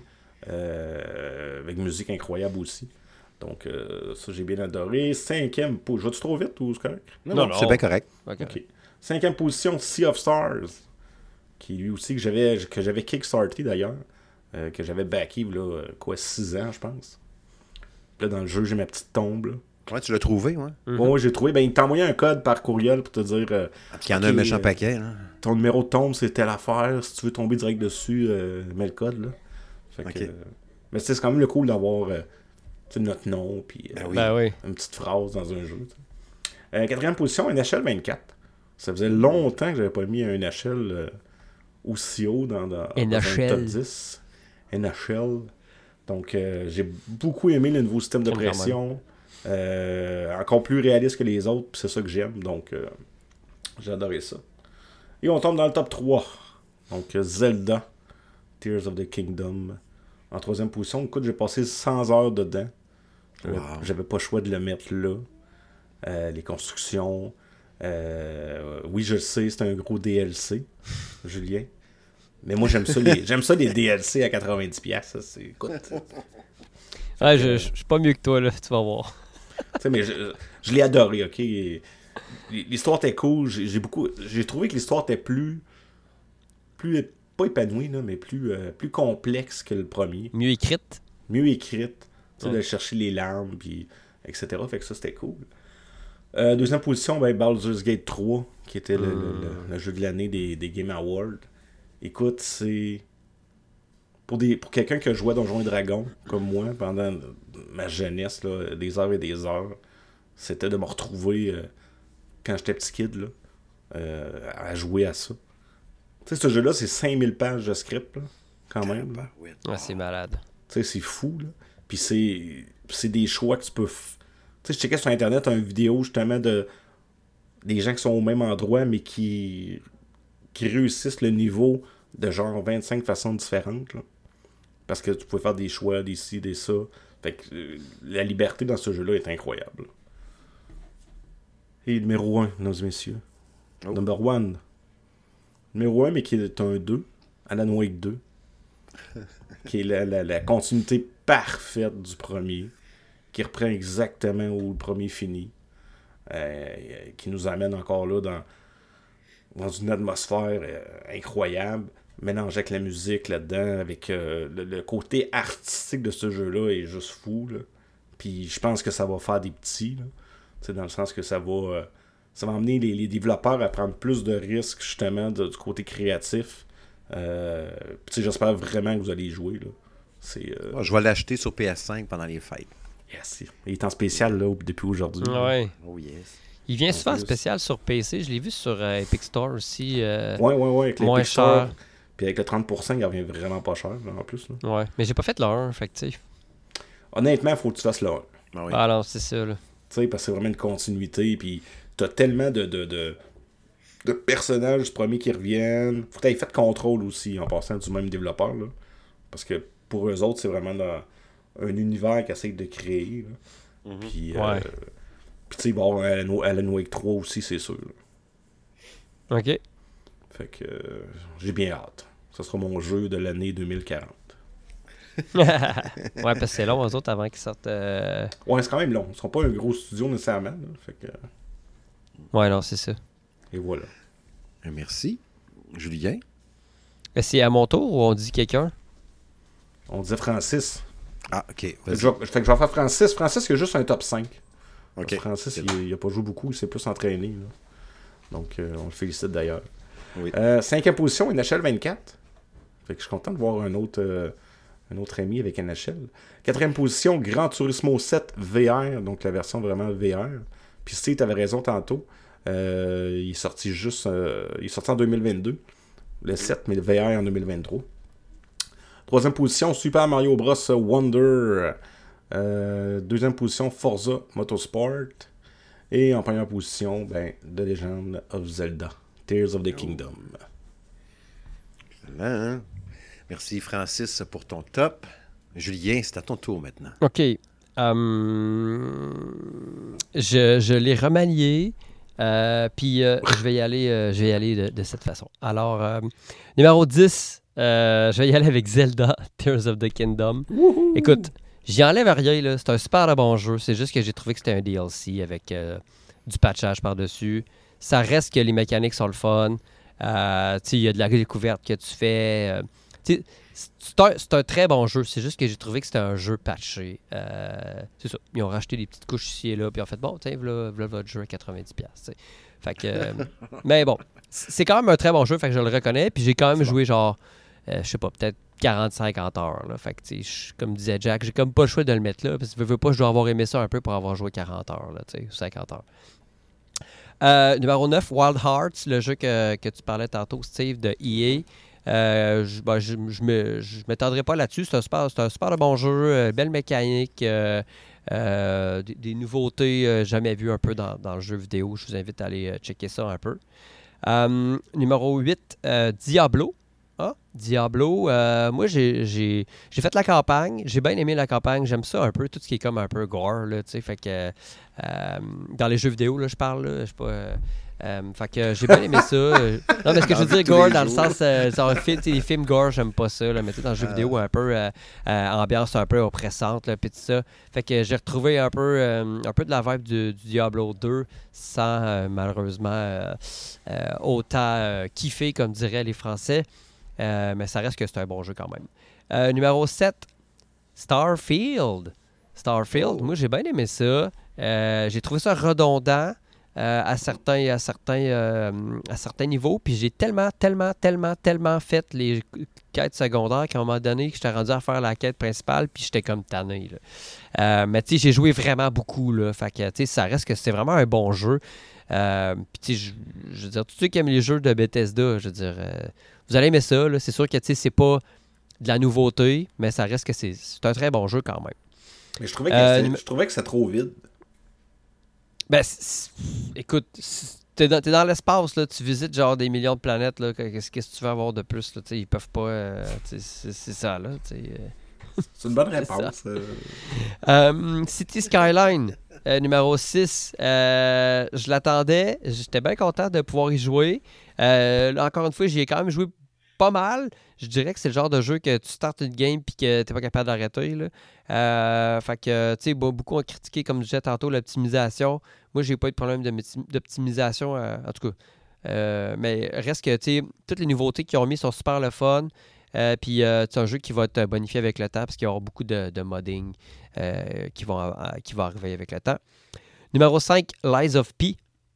euh, avec musique incroyable aussi. Donc, euh, ça, j'ai bien adoré. Cinquième position. Je vais-tu trop vite ou c'est correct? Non, non, non, c'est bien correct. Okay. Okay. Cinquième position, Sea of Stars, qui lui aussi, que j'avais, que j'avais kickstarté d'ailleurs, euh, que j'avais backé, là, quoi, six ans, je pense. Là, dans le jeu, j'ai ma petite tombe, là. Ouais, tu l'as trouvé, ouais. Mm-hmm. Ouais, j'ai trouvé. Ben, il t'a envoyé un code par courriel pour te dire. Euh, ah, puis il y en a un méchant euh, paquet, là. Ton numéro de tombe, c'est telle affaire. Si tu veux tomber direct dessus, euh, mets le code, là. Fait que, okay. euh, mais c'est quand même le cool d'avoir euh, notre nom, puis euh, ben oui. ben oui. une petite phrase dans un jeu. Euh, quatrième position, N H L vingt-quatre. Ça faisait longtemps que j'avais pas mis un N H L euh, aussi haut dans, dans, dans un top dix. N H L. Donc, euh, j'ai beaucoup aimé le nouveau système de pression. Euh, encore plus réaliste que les autres, puis c'est ça que j'aime, donc euh, j'ai adoré ça. Et on tombe dans le top trois. Donc Zelda, Tears of the Kingdom. En troisième position, écoute, j'ai passé cent heures dedans. J'avais, wow. j'avais pas le choix de le mettre là. Euh, les constructions. Euh, oui, je le sais, c'est un gros D L C, Julien. Mais moi, j'aime ça les, j'aime ça les D L C à quatre-vingt-dix dollars. Ça, c'est, écoute. Ouais, je, je suis pas mieux que toi, là, tu vas voir. Tu sais, mais je, je l'ai adoré, ok? L'histoire était cool. J'ai, j'ai beaucoup. J'ai trouvé que l'histoire était plus. plus pas épanouie, là, mais plus, euh, plus complexe que le premier. Mieux écrite. Mieux écrite. Tu sais, ouais. de chercher les larmes, puis et cetera. Fait que ça, c'était cool. Euh, deuxième position, ben, Baldur's Gate trois, qui était le, mmh. le, le, le jeu de l'année des, des Game Awards. Écoute, c'est. Pour, des, pour quelqu'un qui a joué à Donjons et Dragons, comme moi, pendant ma jeunesse, là, des heures et des heures, c'était de me retrouver, euh, quand j'étais petit kid, là, euh, à jouer à ça. Tu sais, ce jeu-là, c'est cinq mille pages de script, là, quand même. Là. Ah, c'est malade. Tu sais, c'est fou, là. Puis c'est, c'est des choix que tu peux... F... Tu sais, je checkais sur Internet une vidéo, justement, de des gens qui sont au même endroit, mais qui, qui réussissent le niveau de genre vingt-cinq façons différentes, là. Parce que tu pouvais faire des choix, des ci, des ça. Fait que euh, la liberté dans ce jeu-là est incroyable. Et numéro un, mesdames et messieurs. Oh. Number one. Numéro un, mais qui est un deux. Alan Wake deux. Qui est la, la, la continuité parfaite du premier. Qui reprend exactement où le premier finit. Euh, qui nous amène encore là dans, dans une atmosphère euh, incroyable. Mélangé avec la musique là-dedans, avec euh, le, le côté artistique de ce jeu-là est juste fou, là. Puis je pense que ça va faire des petits, là. Dans le sens que ça va euh, ça va amener les, les développeurs à prendre plus de risques, justement, de, du côté créatif. Euh, j'espère vraiment que vous allez y jouer, là. C'est, euh... Ouais, je vais l'acheter sur P S cinq pendant les fêtes. Yes. Il est en spécial là, depuis aujourd'hui. Ouais. Oh yes. Il vient En souvent plus. spécial sur P C. Je l'ai vu sur euh, Epic Store aussi. Euh, Ouais, ouais, ouais. Avec les moins Epic Store, cher. puis avec le trente pour cent, il revient vraiment pas cher là, en plus. Là. Ouais. Mais j'ai pas fait le un, fait que tu sais. Honnêtement, il faut que tu fasses le un. Ah oui. Ah non, c'est ça, là. Tu sais, parce que c'est vraiment une continuité, puis t'as tellement de, de, de, de personnages du premier qui reviennent. Faut que t'aies fait contrôle aussi, en passant du même développeur, là. Parce que pour eux autres, c'est vraiment dans un univers qu'ils essayent de créer, là. Mhm. Puis, Ouais. euh, puis tu sais, bon, Alan, Alan Wake trois aussi, c'est sûr. là. OK. Fait que euh, j'ai bien hâte. Ça sera mon jeu de l'année deux mille quarante. Ouais, parce que c'est long, eux autres, avant qu'ils sortent. euh, Ouais, c'est quand même long. Ils sont pas un gros studio nécessairement, là. Fait que... Ouais, non, c'est ça. Et voilà. Merci. Julien? Mais c'est à mon tour ou on dit quelqu'un? On disait Francis. Ah, OK. Fait que, Vas-y. je vais, fait que je vais faire Francis. Francis, il a juste un top cinq. Parce OK. que Francis, C'est il, il a pas joué beaucoup, il s'est plus entraîné. Là. Donc, euh, on le félicite d'ailleurs. Oui. Euh, cinquième position, N H L vingt-quatre. Fait que je suis content de voir un autre, euh, un autre ami avec N H L. Quatrième position, Gran Turismo sept V R, donc la version vraiment V R. Puis Steve, tu avais raison tantôt. Euh, il est sorti juste. Euh, il est sorti en deux mille vingt-deux. Le sept, mais le V R en deux mille vingt-trois. Troisième position, Super Mario Bros. Wonder. Euh, deuxième position, Forza Motorsport. Et en première position, ben, The Legend of Zelda, Tears of the Kingdom. Excellent, hein? Merci, Francis, pour ton top. Julien, c'est à ton tour maintenant. OK. Hum, je je l'ai remanié. euh, Puis euh, je vais y aller, euh, je vais y aller de, de cette façon. Alors, euh, numéro dix, euh, je vais y aller avec Zelda, Tears of the Kingdom. Wouhou! Écoute, j'y enlève rien, là. C'est un super bon jeu. C'est juste que j'ai trouvé que c'était un D L C avec euh, du patchage par-dessus. Ça reste que les mécaniques sont le fun. Euh, tu sais, il y a de la découverte que tu fais. Euh, tu sais, c'est un, c'est un très bon jeu. C'est juste que j'ai trouvé que c'était un jeu patché. Euh, c'est ça. Ils ont racheté des petites couches ici et là. Puis ils ont fait, bon, tiens, voilà, voilà votre jeu à quatre-vingt-dix dollars. tu sais. Fait que. euh, mais bon, c'est quand même un très bon jeu. Fait que je le reconnais. Puis j'ai quand même C'est joué genre, euh, je sais pas, peut-être quarante à cinquante heures. Là. Fait que, tu sais, je- comme disait Jack, j'ai comme pas le choix de le mettre là. Parce que je veux pas, je dois avoir aimé ça un peu pour avoir joué quarante heures, là, tu sais, ou cinquante heures. Euh, numéro neuf, Wild Hearts, le jeu que, que tu parlais tantôt, Steve, de E A. Euh, je ben, je, je me- je m'étendrai pas là-dessus. C'est un super, c'est un super de bon jeu, euh, belle mécanique, euh, euh, des, des nouveautés euh, jamais vues un peu dans, dans le jeu vidéo. Je vous invite à aller euh, checker ça un peu. Euh, numéro huit, euh, Diablo. Ah, Diablo, euh, moi j'ai, j'ai, j'ai fait la campagne, j'ai bien aimé la campagne, j'aime ça un peu, tout ce qui est comme un peu gore, là, tu sais, fait que euh, dans les jeux vidéo, là, je parle, là, je sais pas, euh, euh, fait que j'ai bien aimé ça. euh, non, mais ce que je veux dire, Tous gore, les dans le jours. sens, euh, genre, fi- tu sais, les films gore, j'aime pas ça, là, mais tu sais, dans le jeu Ah. vidéo, un peu, euh, euh, ambiance un peu oppressante, là, pis tout ça. Fait que j'ai retrouvé un peu, euh, un peu de la vibe du, du Diablo deux, sans euh, malheureusement euh, euh, autant euh, kiffer, comme diraient les Français. Euh, mais ça reste que c'est un bon jeu quand même. Euh, numéro sept, Starfield. Starfield, Oh. moi j'ai bien aimé ça. Euh, j'ai trouvé ça redondant euh, à certains, à, certains, euh, à certains niveaux. Puis j'ai tellement, tellement, tellement, tellement fait les quêtes secondaires qu'à un moment donné, que j'étais rendu à faire la quête principale, puis j'étais comme tanné. Là. Euh, mais tu sais, j'ai joué vraiment beaucoup. Là. Fait que tu sais, ça reste que c'est vraiment un bon jeu. Euh, puis tu sais, je, je veux dire, tous ceux qui aiment les jeux de Bethesda, je veux dire, euh, vous allez aimer ça. Là. C'est sûr que tu sais, c'est pas de la nouveauté, mais ça reste que c'est, c'est un très bon jeu quand même. Mais je trouvais que, Euh, c'est- numé- je trouvais que c'est trop vide. Ben, c'est- c'est- écoute, c'est- t'es dans, t'es dans l'espace, là, tu visites genre des millions de planètes, là, qu'est-ce, qu'est-ce que tu veux avoir de plus? Là, tu sais, ils peuvent pas. euh, tu sais, c'est, c'est ça, là. tu sais, euh. C'est une bonne C'est réponse. euh. Euh, City Skyline, euh, numéro six. Euh, je l'attendais. J'étais bien content de pouvoir y jouer. Euh, là, encore une fois, j'y ai quand même joué pas mal. Je dirais que c'est le genre de jeu que tu startes une game puis que t'es pas capable d'arrêter. Là. Euh, fait que, tu sais, bon, beaucoup ont critiqué, comme je disais tantôt, l'optimisation. Moi, j'ai pas eu de problème de méti- d'optimisation, euh, en tout cas. Euh, mais reste que, tu sais, toutes les nouveautés qu'ils ont mis sont super le fun. Euh, puis euh, c'est un jeu qui va être bonifié avec le temps parce qu'il y aura beaucoup de, de modding euh, qui, vont, euh, qui va arriver avec le temps. Numéro cinq, Lies of P.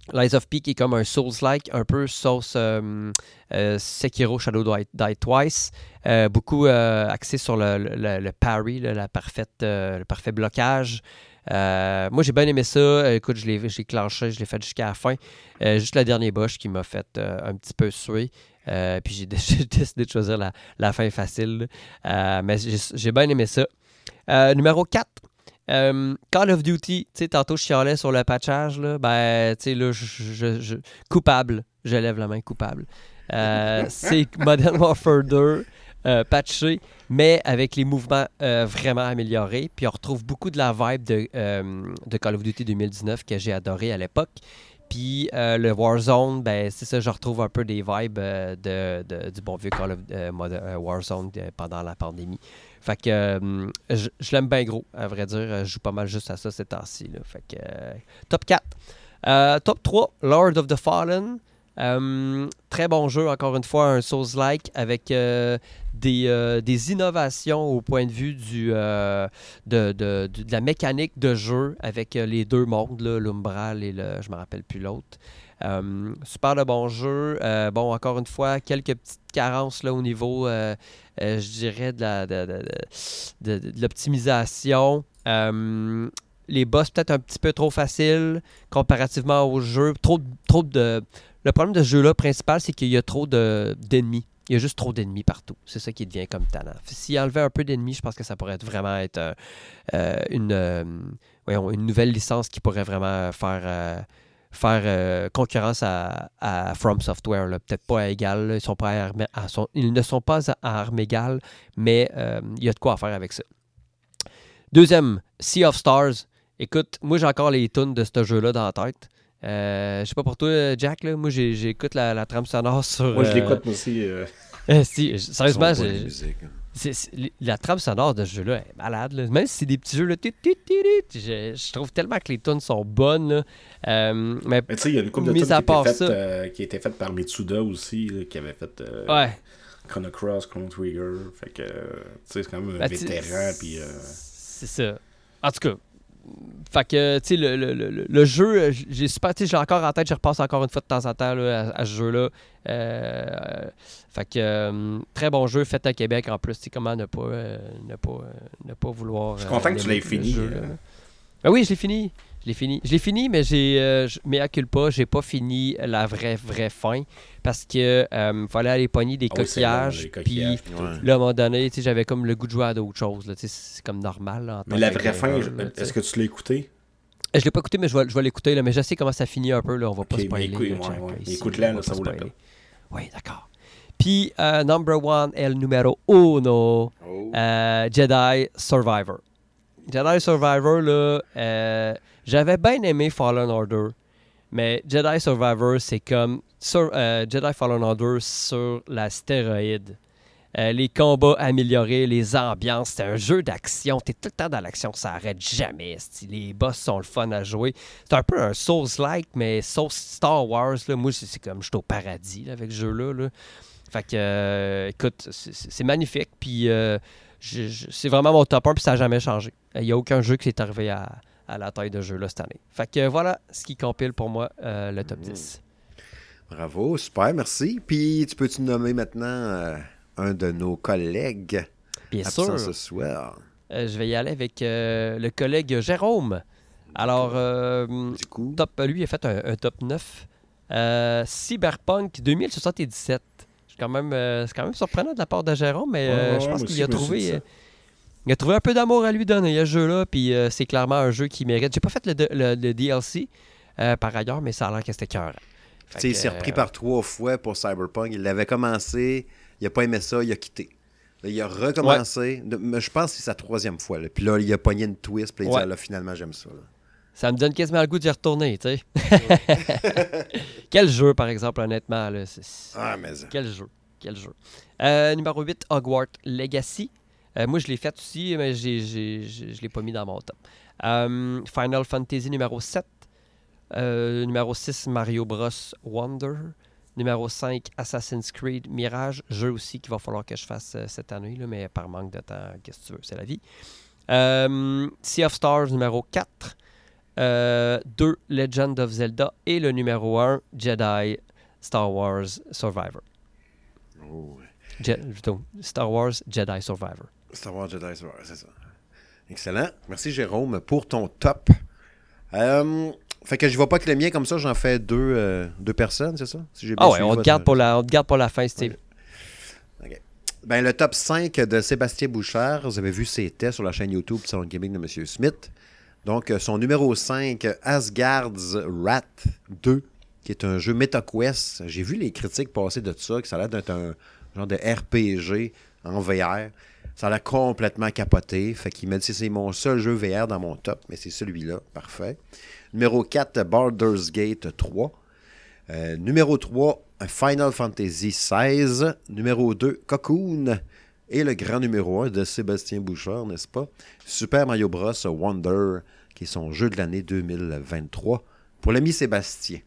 Lies of P qui est comme un Souls-like, un peu sauce euh, euh, Sekiro Shadow Die, Die Twice. Euh, beaucoup euh, axé sur le, le, le parry, là, la parfaite, euh, le parfait blocage. Euh, moi, j'ai bien aimé ça. Euh, écoute, je l'ai, je l'ai clenché, je l'ai fait jusqu'à la fin. Euh, juste le dernier boss qui m'a fait euh, un petit peu suer. Euh, puis j'ai, j'ai décidé de choisir la, la fin facile. Euh, mais j'ai, j'ai bien aimé ça. Euh, numéro quatre. Euh, Call of Duty, tu sais, tantôt je chialais sur le patchage, là, ben, tu sais, là, je, je, je, coupable, je lève la main, coupable. Euh, c'est Modern Warfare deux, euh, patché, mais avec les mouvements euh, vraiment améliorés, puis on retrouve beaucoup de la vibe de, euh, de Call of Duty deux mille dix-neuf que j'ai adoré à l'époque. Puis euh, le Warzone, ben, c'est ça, je retrouve un peu des vibes euh, de, de, du bon vieux Call of euh, Modern, euh, Warzone euh, pendant la pandémie. Fait que euh, je, je l'aime bien gros, à vrai dire. Je joue pas mal juste à ça ces temps-ci. Là. Fait que euh, top quatre. Euh, top trois, Lord of the Fallen. Euh, très bon jeu, encore une fois, un Souls-like avec euh, des, euh, des innovations au point de vue du, euh, de, de, de, de la mécanique de jeu avec euh, les deux mondes, là, l'Umbral et le, je me rappelle plus l'autre. Euh, super de bon jeu. Euh, bon, encore une fois, quelques petites carences là, au niveau, euh, euh, je dirais, de, la, de, de, de, de, de l'optimisation. Euh, les boss peut-être un petit peu trop faciles comparativement au jeu. Trop, trop de... Le problème de ce jeu-là principal, c'est qu'il y a trop de, d'ennemis. Il y a juste trop d'ennemis partout. C'est ça qui devient comme talent. S'il enlevait un peu d'ennemis, je pense que ça pourrait être vraiment être euh, euh, une, euh, voyons, une nouvelle licence qui pourrait vraiment faire... Euh, faire euh, concurrence à, à From Software, là. Peut-être pas à égal, là. Ils, sont pas à arme, à son, ils ne sont pas à armes égales, mais euh, il y a de quoi à faire avec ça. Deuxième, Sea of Stars. Écoute, moi j'ai encore les tunes de ce jeu-là dans la tête. Euh, je sais pas pour toi, Jack, là, moi j'ai, j'écoute la, la trame sonore sur... Moi je euh... l'écoute moi aussi. Euh... Euh, si, sérieusement, j'ai... C'est, c'est, la trame sonore de ce jeu-là est malade. Là. Même si c'est des petits jeux, là, tit, tit, tit, tit, je, je trouve tellement que les tunes sont bonnes. Là. Euh, mais mais tu sais, il y a une couple de tunes qui, euh, qui était faite par Mitsuda aussi, là, qui avait fait euh, ouais. Chrono Cross, Chrono Trigger. Fait que, tu sais, c'est quand même un ben, vétéran. Puis, euh... c'est ça. En tout cas, fait que, tu sais, le, le, le, le jeu, j'ai super, tu sais, j'ai encore en tête, je repasse encore une fois de temps en temps là, à, à ce jeu-là. Euh, fait que, euh, très bon jeu, fait à Québec en plus, tu sais, comment ne pas, euh, ne pas, euh, ne pas vouloir... Je suis content euh, que tu l'aies fini. Jeu, euh... ben oui, je l'ai fini. Je l'ai fini. Je l'ai fini, mais j'ai, euh, je mea culpa, j'ai pas fini la vraie, vraie fin parce que euh, fallait aller pogner des oh, coquillages. Puis ouais. Là, à un moment donné, j'avais comme le goût de jouer à d'autres choses. Là, c'est comme normal. Là, en mais la vraie fin, là, est-ce que tu l'as écouté? Je l'ai pas écouté, mais je vais, je vais l'écouter. Là, mais je sais comment ça finit un peu. Là, on va pas okay, spoiler. Écoute, là, ouais, ouais. Écoute-la, là, ça vaut la peine. Oui, d'accord. Puis, euh, number one, el numéro uno, oh. euh, Jedi Survivor. Jedi Survivor, là, euh, j'avais bien aimé Fallen Order, mais Jedi Survivor, c'est comme sur, euh, Jedi Fallen Order sur la stéroïde. Euh, les combats améliorés, les ambiances, c'est un jeu d'action. T'es tout le temps dans l'action, ça arrête jamais. Les boss sont le fun à jouer. C'est un peu un Souls-like, mais Souls Star Wars, là, moi, c'est, c'est comme je suis au paradis là, avec ce jeu-là. Là. Fait que, euh, écoute, c'est, c'est magnifique. Puis, euh, je, je, c'est vraiment mon top un, puis ça n'a jamais changé. Il n'y a aucun jeu qui est arrivé à, à la taille de jeu là, cette année. Fait que voilà ce qui compile pour moi euh, le top dix. Bravo, super, merci. Puis, tu peux-tu nommer maintenant euh, un de nos collègues Bien absents sûr. ce soir? Euh, je vais y aller avec euh, le collègue Jérôme. Alors, euh, top, lui, il a fait un, un top neuf. Euh, Cyberpunk deux mille soixante-dix-sept. Quand même, euh, c'est quand même surprenant de la part de Jérôme, mais euh, ouais, je pense ouais, qu'il a trouvé, euh, il a trouvé un peu d'amour à lui donner à ce jeu-là, puis euh, c'est clairement un jeu qui mérite. J'ai pas fait le, le, le D L C euh, par ailleurs, mais ça a l'air que c'était cœur. Tu sais, il s'est repris euh... par trois fois pour Cyberpunk. Il l'avait commencé, il a pas aimé ça, il a quitté. Là, il a recommencé, ouais. Mais je pense que c'est sa troisième fois. Là. Puis là, il a pogné une twist, puis il ouais. dit, là, finalement, j'aime ça. Là. Ça me donne quasiment le goût d'y retourner, tu sais. Quel jeu, par exemple, honnêtement. Là, c'est... Ah, mais... Quel jeu. Quel jeu. Euh, numéro huit, Hogwarts Legacy. Euh, moi, je l'ai fait aussi, mais j'ai, j'ai, j'ai, je ne l'ai pas mis dans mon top. Euh, Final Fantasy numéro sept. Euh, numéro six, Mario Bros. Wonder. Numéro cinq, Assassin's Creed Mirage. Jeu aussi qu'il va falloir que je fasse euh, cette année, là, mais par manque de temps, qu'est-ce que tu veux, c'est la vie. Euh, Sea of Stars numéro quatre. Euh, deux, Legend of Zelda. Et le numéro un, Jedi Star Wars Survivor. Oh. Je, plutôt, Star Wars Jedi Survivor. Star Wars Jedi Survivor, c'est ça. Excellent. Merci, Jérôme, pour ton top. Euh, fait que je ne vais pas que le mien comme ça, j'en fais deux, euh, deux personnes, c'est ça? Si j'ai bien ah ouais, suivi on te, votre- garde pour la, on te garde pour la fin, Steve. Ouais. OK. Ben, le top cinq de Sébastien Bouchard, vous avez vu ses tests sur la chaîne YouTube Salon Gaming de M. Smith. Donc, son numéro cinq, Asgard's Wrath deux, qui est un jeu MetaQuest. J'ai vu les critiques passer de ça, que ça a l'air d'être un genre de R P G en V R. Ça a l'air complètement capoté. Fait qu'il m'a dit c'est mon seul jeu V R dans mon top, mais c'est celui-là. Parfait. Numéro quatre, Baldur's Gate trois. Euh, numéro trois, Final Fantasy seize. Numéro deux, Cocoon. Et le grand numéro un de Sébastien Bouchard, n'est-ce pas? Super Mario Bros. Wonder, qui est son jeu de l'année deux mille vingt-trois. Pour l'ami Sébastien.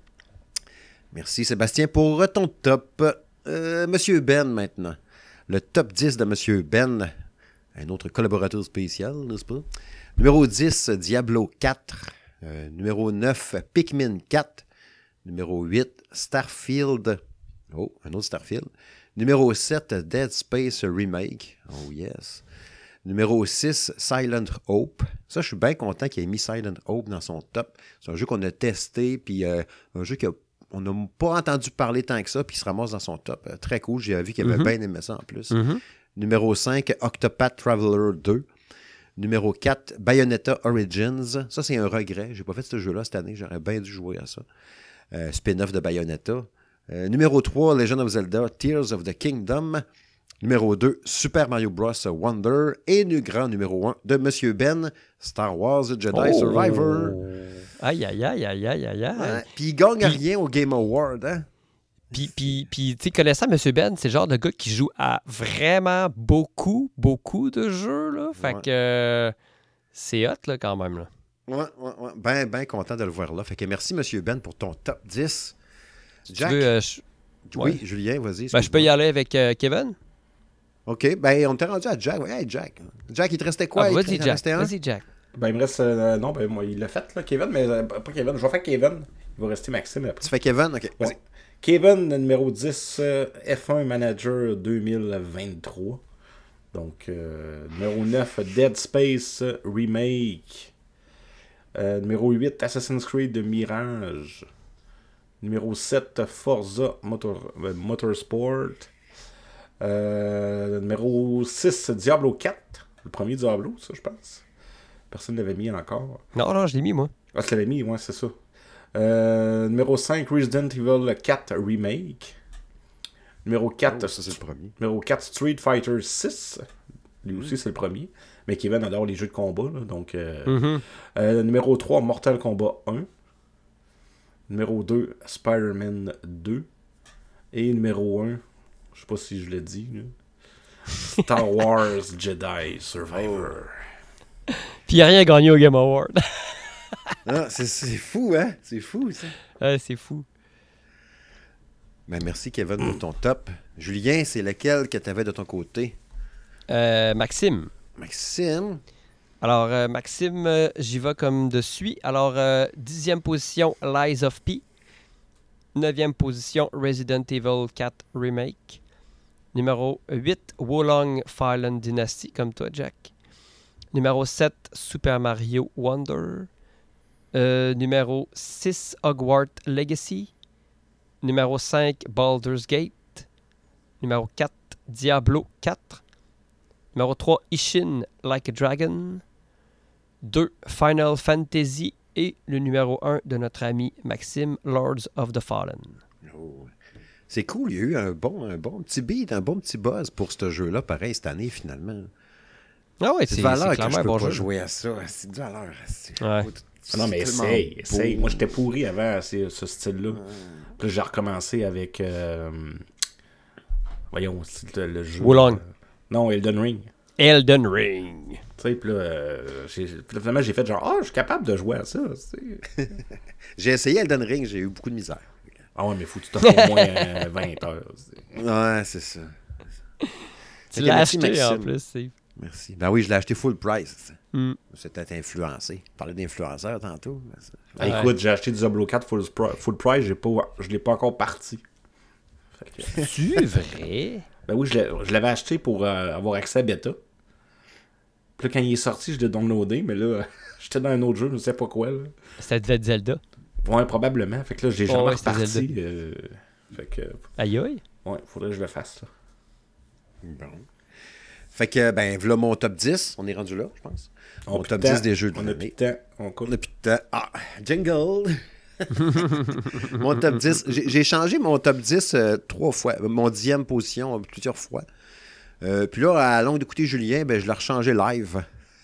Merci Sébastien pour ton top. Euh, Monsieur Ben maintenant. Le top dix de Monsieur Ben. Un autre collaborateur spécial, n'est-ce pas? Numéro dix, Diablo quatre. Euh, numéro neuf, Pikmin quatre. Numéro huit, Starfield. Oh, un autre Starfield. Numéro sept, Dead Space Remake. Oh yes. Numéro six, Silent Hope. Ça, je suis bien content qu'il ait mis Silent Hope dans son top. C'est un jeu qu'on a testé, puis euh, un jeu qu'on n'a pas entendu parler tant que ça, puis il se ramasse dans son top. Euh, très cool. J'ai vu qu'il avait Mm-hmm. bien aimé ça en plus. Mm-hmm. Numéro cinq, Octopath Traveler deux. Numéro quatre, Bayonetta Origins. Ça, c'est un regret. J'ai pas fait ce jeu-là cette année. J'aurais bien dû jouer à ça. Euh, spin-off de Bayonetta. Euh, numéro trois, Legend of Zelda, Tears of the Kingdom. Numéro deux, Super Mario Bros. Wonder. Et le grand numéro un de Monsieur Ben, Star Wars Jedi Oh. Survivor. Aïe, aïe, aïe, aïe, aïe, aïe, aïe. Ouais. Puis il gagne Puis- rien au Game Award. Hein? Puis, puis, puis tu sais, connaissant M. Ben, c'est le genre de gars qui joue à vraiment beaucoup, beaucoup de jeux, là. Fait Ouais. que euh, c'est hot, là, quand même, là. Ouais, ouais, ouais. Ben, ben content de le voir là. Fait que merci, Monsieur Ben, pour ton top dix. Si Jack? tu veux, euh, je, Oui, ouais. Julien, vas-y. ben, je excuse-moi. peux y aller avec euh, Kevin? OK, ben on t'est rendu à Jack. Hey, Jack. Jack, il te restait quoi? Ah, Il te vas-y, en Jack. restait un? Vas-y, Jack. Ben, il me reste. euh, non, ben, moi, il l'a fait, là, Kevin, mais euh, pas Kevin. Je vais faire Kevin. Il va rester Maxime après. Tu fais Kevin? OK, vas-y. Ouais. Kevin, numéro dix, euh, F un Manager deux mille vingt-trois. Donc, euh, numéro neuf, Dead Space Remake. Euh, numéro huit, Assassin's Creed Mirage. Numéro sept, Forza Motor, euh, Motorsport. Euh, numéro six, Diablo quatre. Le premier Diablo, ça, je pense. Personne ne l'avait mis encore. Non, non, je l'ai mis, moi. Ah, tu l'avais mis, ouais, c'est ça. Euh, numéro cinq, Resident Evil quatre Remake. Numéro quatre, Oh, ça, c'est le premier. numéro quatre, Street Fighter six. Lui aussi, c'est le premier. Mais Kevin adore les jeux de combat, là, donc... Euh, Mhm. euh, numéro trois, Mortal Kombat un. Numéro deux, Spider-Man deux. Et numéro un, je sais pas si je l'ai dit, là, Star Wars Jedi Survivor. Puis il a rien gagné au Game Award. Ah, c'est, c'est fou, hein? C'est fou, ça. Ouais, c'est fou. Ben, merci, Kevin, pour ton top. Julien, c'est lequel que tu avais de ton côté? Euh, Maxime. Maxime. Alors, euh, Maxime, euh, j'y vais comme de suite. Alors, euh, dixième position, Lies of P. Neuvième position, Resident Evil quatre Remake. Numéro huit, Wolong Fallen Dynasty, comme toi, Jack. Numéro sept, Super Mario Wonder. Euh, numéro six, Hogwarts Legacy. Numéro cinq, Baldur's Gate. Numéro quatre, Diablo quatre. Numéro trois, Ishin Like a Dragon. deux, Final Fantasy. Et le numéro un de notre ami Maxime, Lords of the Fallen. Oh. C'est cool, il y a eu un bon, un bon petit beat, un bon petit buzz pour ce jeu-là, pareil, cette année, finalement. Ah ouais, C'est c'est de valeur c'est que clairement je un peux bon pas jeu. jouer à ça. C'est de valeur. C'est... Ouais. c'est Ah non, mais tellement essaye, beau. essaye. Moi, j'étais pourri avant ce, ce style-là. Puis là, j'ai recommencé avec... euh, Voyons, c'est le, le jeu... Wolong. euh, Non, Elden Ring. Elden Ring. Tu sais, puis là, euh, j'ai, puis finalement, j'ai fait genre, ah, je suis capable de jouer à ça. tu sais. J'ai essayé Elden Ring, j'ai eu beaucoup de misère. Ah ouais, mais faut que tu t'offres au moins euh, vingt heures. tu sais. Ouais, c'est ça. Tu Ok, l'as merci, acheté en Maxime. plus. C'est... Merci. Ben oui, je l'ai acheté full price. Mm. C'était influencé. Je parlais d'influenceurs tantôt. Ben, Ouais. écoute, j'ai acheté du Diablo quatre full, spri- full price, j'ai pas, je l'ai pas encore parti. Fait que- C'est vrai? Ben oui, je l'ai- je l'avais acheté pour euh, avoir accès à bêta. Puis là, quand il est sorti, je l'ai downloadé, mais là, j'étais dans un autre jeu, je ne sais pas quoi. Là. Ça devait être Zelda. Ouais, probablement. Fait que là, j'ai Oh, jamais ouais, c'était reparti. Zelda. euh, Fait que, Aïe aïe. ouais, faudrait que je le fasse, ça. Bon. Fait que, ben, voilà mon top dix. On est rendu là, je pense. On Mon a top plus de dix des jeux de temps. On a plus l'année. de temps. On court. On a plus de temps. Ah, jingle! Mon top dix. J'ai j'ai changé mon top dix euh, trois fois. Mon dixième position euh, plusieurs fois. Euh, puis là, à longue d'écouter Julien, ben, je l'ai rechangé live.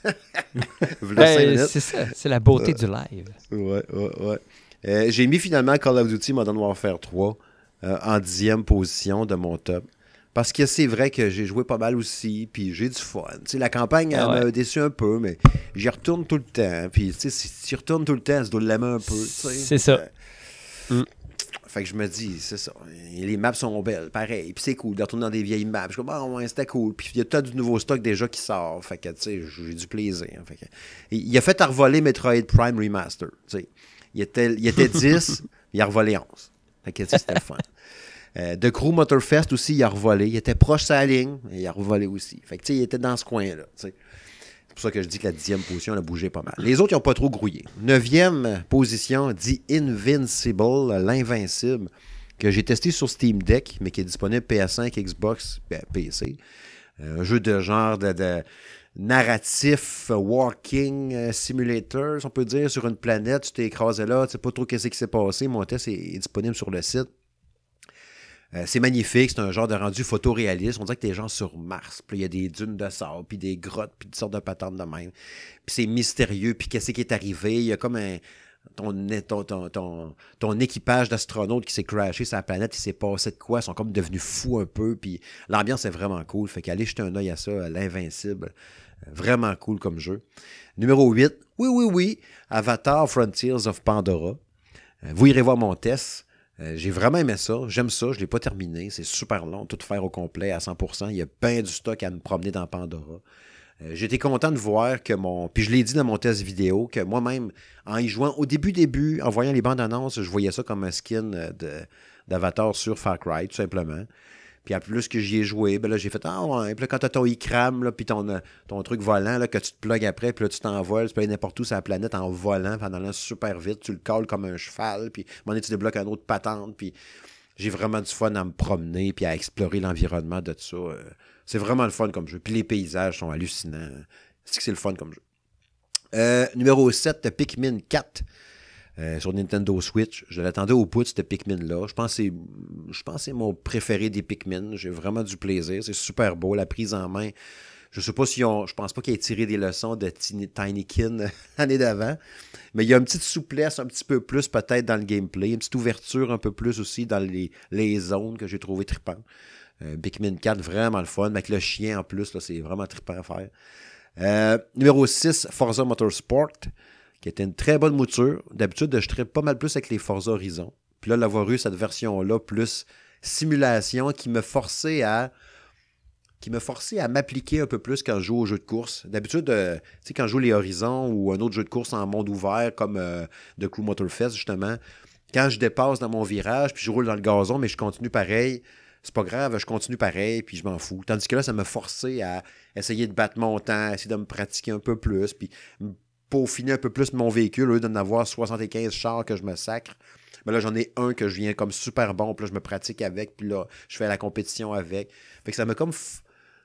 V'là cinq Ben, minutes. c'est ça, c'est la beauté du live. Ouais, ouais, ouais. Euh, j'ai mis finalement Call of Duty Modern Warfare trois euh, en dixième position de mon top. Parce que c'est vrai que j'ai joué pas mal aussi, puis j'ai du fun. Tu sais, la campagne, Ah elle ouais. m'a déçu un peu, mais j'y retourne tout le temps. Puis, tu sais, si tu y retournes tout le temps, ça doit l'aimer un peu. tu sais. C'est ça. Euh, Mm. Fait que je me dis, c'est ça. Les maps sont belles, pareil. Puis c'est cool de retourner dans des vieilles maps. Je suis comme, ah ouais, c'était cool. Puis il y a tout du nouveau stock déjà qui sort. Fait que, tu sais, j'ai du plaisir. Fait que, il a fait à revoler Metroid Prime Remaster. Tu sais. Il était, il était dix, il a revolé onze. Fait que, tu sais, c'était le fun. Euh, The Crew Motorfest aussi, il a revolé. Il était proche de sa ligne, et il a revolé aussi. Fait que, tu sais, il était dans ce coin-là. Tu sais. C'est pour ça que je dis que la dixième position, elle a bougé pas mal. Les autres, ils n'ont pas trop grouillé. Neuvième position, dit Invincible, l'invincible, que j'ai testé sur Steam Deck, mais qui est disponible P S cinq, Xbox, ben, P C. Euh, un jeu de genre de, de narratif, uh, walking uh, simulator, si on peut dire, sur une planète. Tu t'es écrasé là, tu sais pas trop qu'est-ce qui s'est passé. Mon test est, est disponible sur le site. Euh, c'est magnifique, c'est un genre de rendu photoréaliste. On dirait que t'es gens sur Mars. Puis il y a des dunes de sable, puis des grottes, puis toutes sortes de patentes de même. Puis c'est mystérieux, puis qu'est-ce qui est arrivé? Il y a comme un... Ton, ton, ton, ton, ton équipage d'astronautes qui s'est crashé sur la planète, il s'est passé de quoi? Ils sont comme devenus fous un peu, puis l'ambiance est vraiment cool. Fait qu'allez jeter un œil à ça, à l'Invincible. Vraiment cool comme jeu. Numéro huit, oui, oui, oui, Avatar Frontiers of Pandora. Euh, vous irez voir mon test. Euh, j'ai vraiment aimé ça. J'aime ça. Je ne l'ai pas terminé. C'est super long. Tout faire au complet à cent pour cent. Il y a bien du stock à me promener dans Pandora. Euh, J'étais content de voir que mon... Puis je l'ai dit dans mon test vidéo, que moi-même, en y jouant au début, début, en voyant les bandes annonces, je voyais ça comme un skin de, d'Avatar sur Far Cry, tout simplement. Puis en plus que j'y ai joué, ben là, j'ai fait « Ah ouais ». Puis là, quand t'as ton e-cram, là, puis ton, ton truc volant, là, que tu te plugues après, puis là, tu t'envoles, tu peux aller n'importe où sur la planète en volant, puis en allant super vite, tu le cales comme un cheval, puis à un moment donné, tu débloques un autre patente, puis j'ai vraiment du fun à me promener, puis à explorer l'environnement de tout ça. C'est vraiment le fun comme jeu. Puis les paysages sont hallucinants. C'est que c'est le fun comme jeu. Euh, numéro sept, Pikmin quatre. Euh, sur Nintendo Switch. Je l'attendais au bout de ce Pikmin-là. Je pense que c'est, je pense que c'est mon préféré des Pikmin. J'ai vraiment du plaisir. C'est super beau. La prise en main. Je sais pas si on. Je pense pas qu'il ait tiré des leçons de Tiny, Tinykin l'année d'avant. Mais il y a une petite souplesse un petit peu plus peut-être dans le gameplay. Une petite ouverture un peu plus aussi dans les, les zones que j'ai trouvé trippant. Euh, Pikmin quatre, vraiment le fun. Avec le chien en plus, là, c'est vraiment trippant à faire. Euh, numéro six, Forza Motorsport, qui était une très bonne mouture. D'habitude, je trippe pas mal plus avec les Forza Horizon. Puis là, d'avoir eu cette version-là, plus simulation, qui me forçait à qui me forçait à m'appliquer un peu plus quand je joue aux jeux de course. D'habitude, euh, tu sais, quand je joue les Horizons ou un autre jeu de course en monde ouvert, comme euh, The Crew Motorfest, justement, quand je dépasse dans mon virage, puis je roule dans le gazon, mais je continue pareil, c'est pas grave, je continue pareil, puis je m'en fous. Tandis que là, ça me forçait à essayer de battre mon temps, essayer de me pratiquer un peu plus, puis peaufiner un peu plus mon véhicule, au lieu d'en avoir soixante-quinze chars que je me sacre. Mais là, j'en ai un que je viens comme super bon, puis là, je me pratique avec, puis là, je fais la compétition avec. Fait que ça m'a comme f...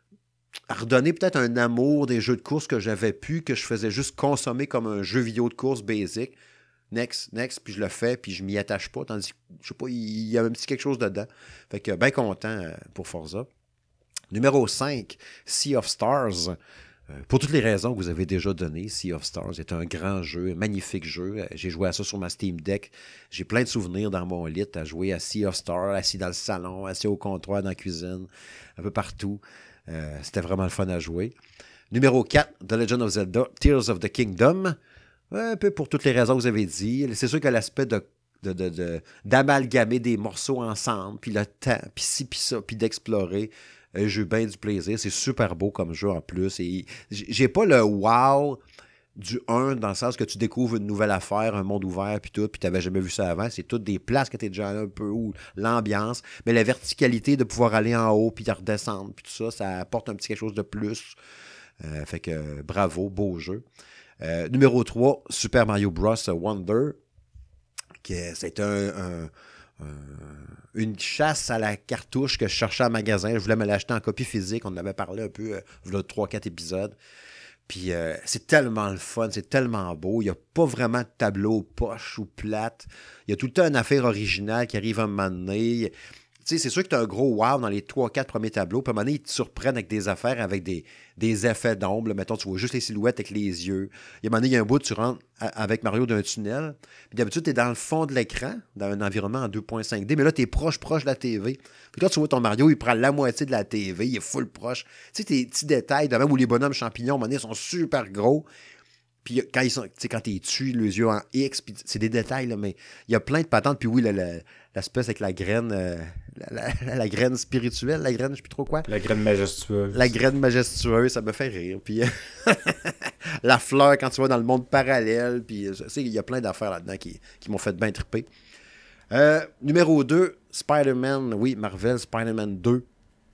redonné peut-être un amour des jeux de course que j'avais pu, que je faisais juste consommer comme un jeu vidéo de course basic. Next, next, puis je le fais, puis je m'y attache pas, tandis que, je sais pas, il y a un petit quelque chose dedans. Fait que, bien content pour Forza. Numéro cinq, Sea of Stars. Euh, pour toutes les raisons que vous avez déjà données, Sea of Stars est un grand jeu, un magnifique jeu. Euh, j'ai joué à ça sur ma Steam Deck. J'ai plein de souvenirs dans mon lit à jouer à Sea of Stars, assis dans le salon, assis au comptoir, dans la cuisine, un peu partout. Euh, c'était vraiment le fun à jouer. Numéro quatre, The Legend of Zelda, Tears of the Kingdom. Un peu pour toutes les raisons que vous avez dit. C'est sûr que l'aspect de, de, de, de, d'amalgamer des morceaux ensemble, puis le temps, puis ci, puis ça, puis d'explorer. Euh, j'ai eu bien du plaisir. C'est super beau comme jeu en plus. Et j'ai pas le wow du un dans le sens que tu découvres une nouvelle affaire, un monde ouvert, puis tout, puis tu n'avais jamais vu ça avant. C'est toutes des places que tu es déjà allé un peu, où l'ambiance. Mais la verticalité de pouvoir aller en haut, puis de redescendre, puis tout ça, ça apporte un petit quelque chose de plus. Euh, fait que euh, bravo, beau jeu. Euh, numéro trois, Super Mario Bros. Wonder. C'est un, un, un, une chasse à la cartouche que je cherchais en magasin. Je voulais me l'acheter en copie physique. On en avait parlé un peu, euh, il y a trois quatre épisodes. Puis euh, c'est tellement le fun, c'est tellement beau. Il n'y a pas vraiment de tableau poche ou plate. Il y a tout le temps une affaire originale qui arrive à un moment donné. Tu sais, c'est sûr que tu as un gros wow dans les trois quatre premiers tableaux. Puis à un moment donné, ils te surprennent avec des affaires, avec des, des effets d'ombre. Mettons, tu vois juste les silhouettes avec les yeux. Il y a un moment donné, il y a un bout, tu rentres à, avec Mario d'un tunnel. Puis d'habitude, tu es dans le fond de l'écran, dans un environnement en deux point cinq D. Mais là, tu es proche, proche de la T V. Puis quand tu vois ton Mario, il prend la moitié de la T V. Il est full proche. Tu sais, tes petits détails, de même où les bonhommes champignons, à un moment donné, sont super gros. Puis quand ils sont, tu sais, quand t'es tué, les yeux en X, puis c'est des détails, là, mais il y a plein de patentes. Puis oui, la, la, l'espèce avec la graine, euh, la, la, la graine spirituelle, la graine, je sais plus trop quoi. La graine majestueuse. La graine majestueuse, ça me fait rire. Puis la fleur quand tu vas dans le monde parallèle. Puis tu sais, il y a plein d'affaires là-dedans qui, qui m'ont fait bien triper. Euh, numéro deux, Spider-Man, oui, Marvel, Spider-Man deux.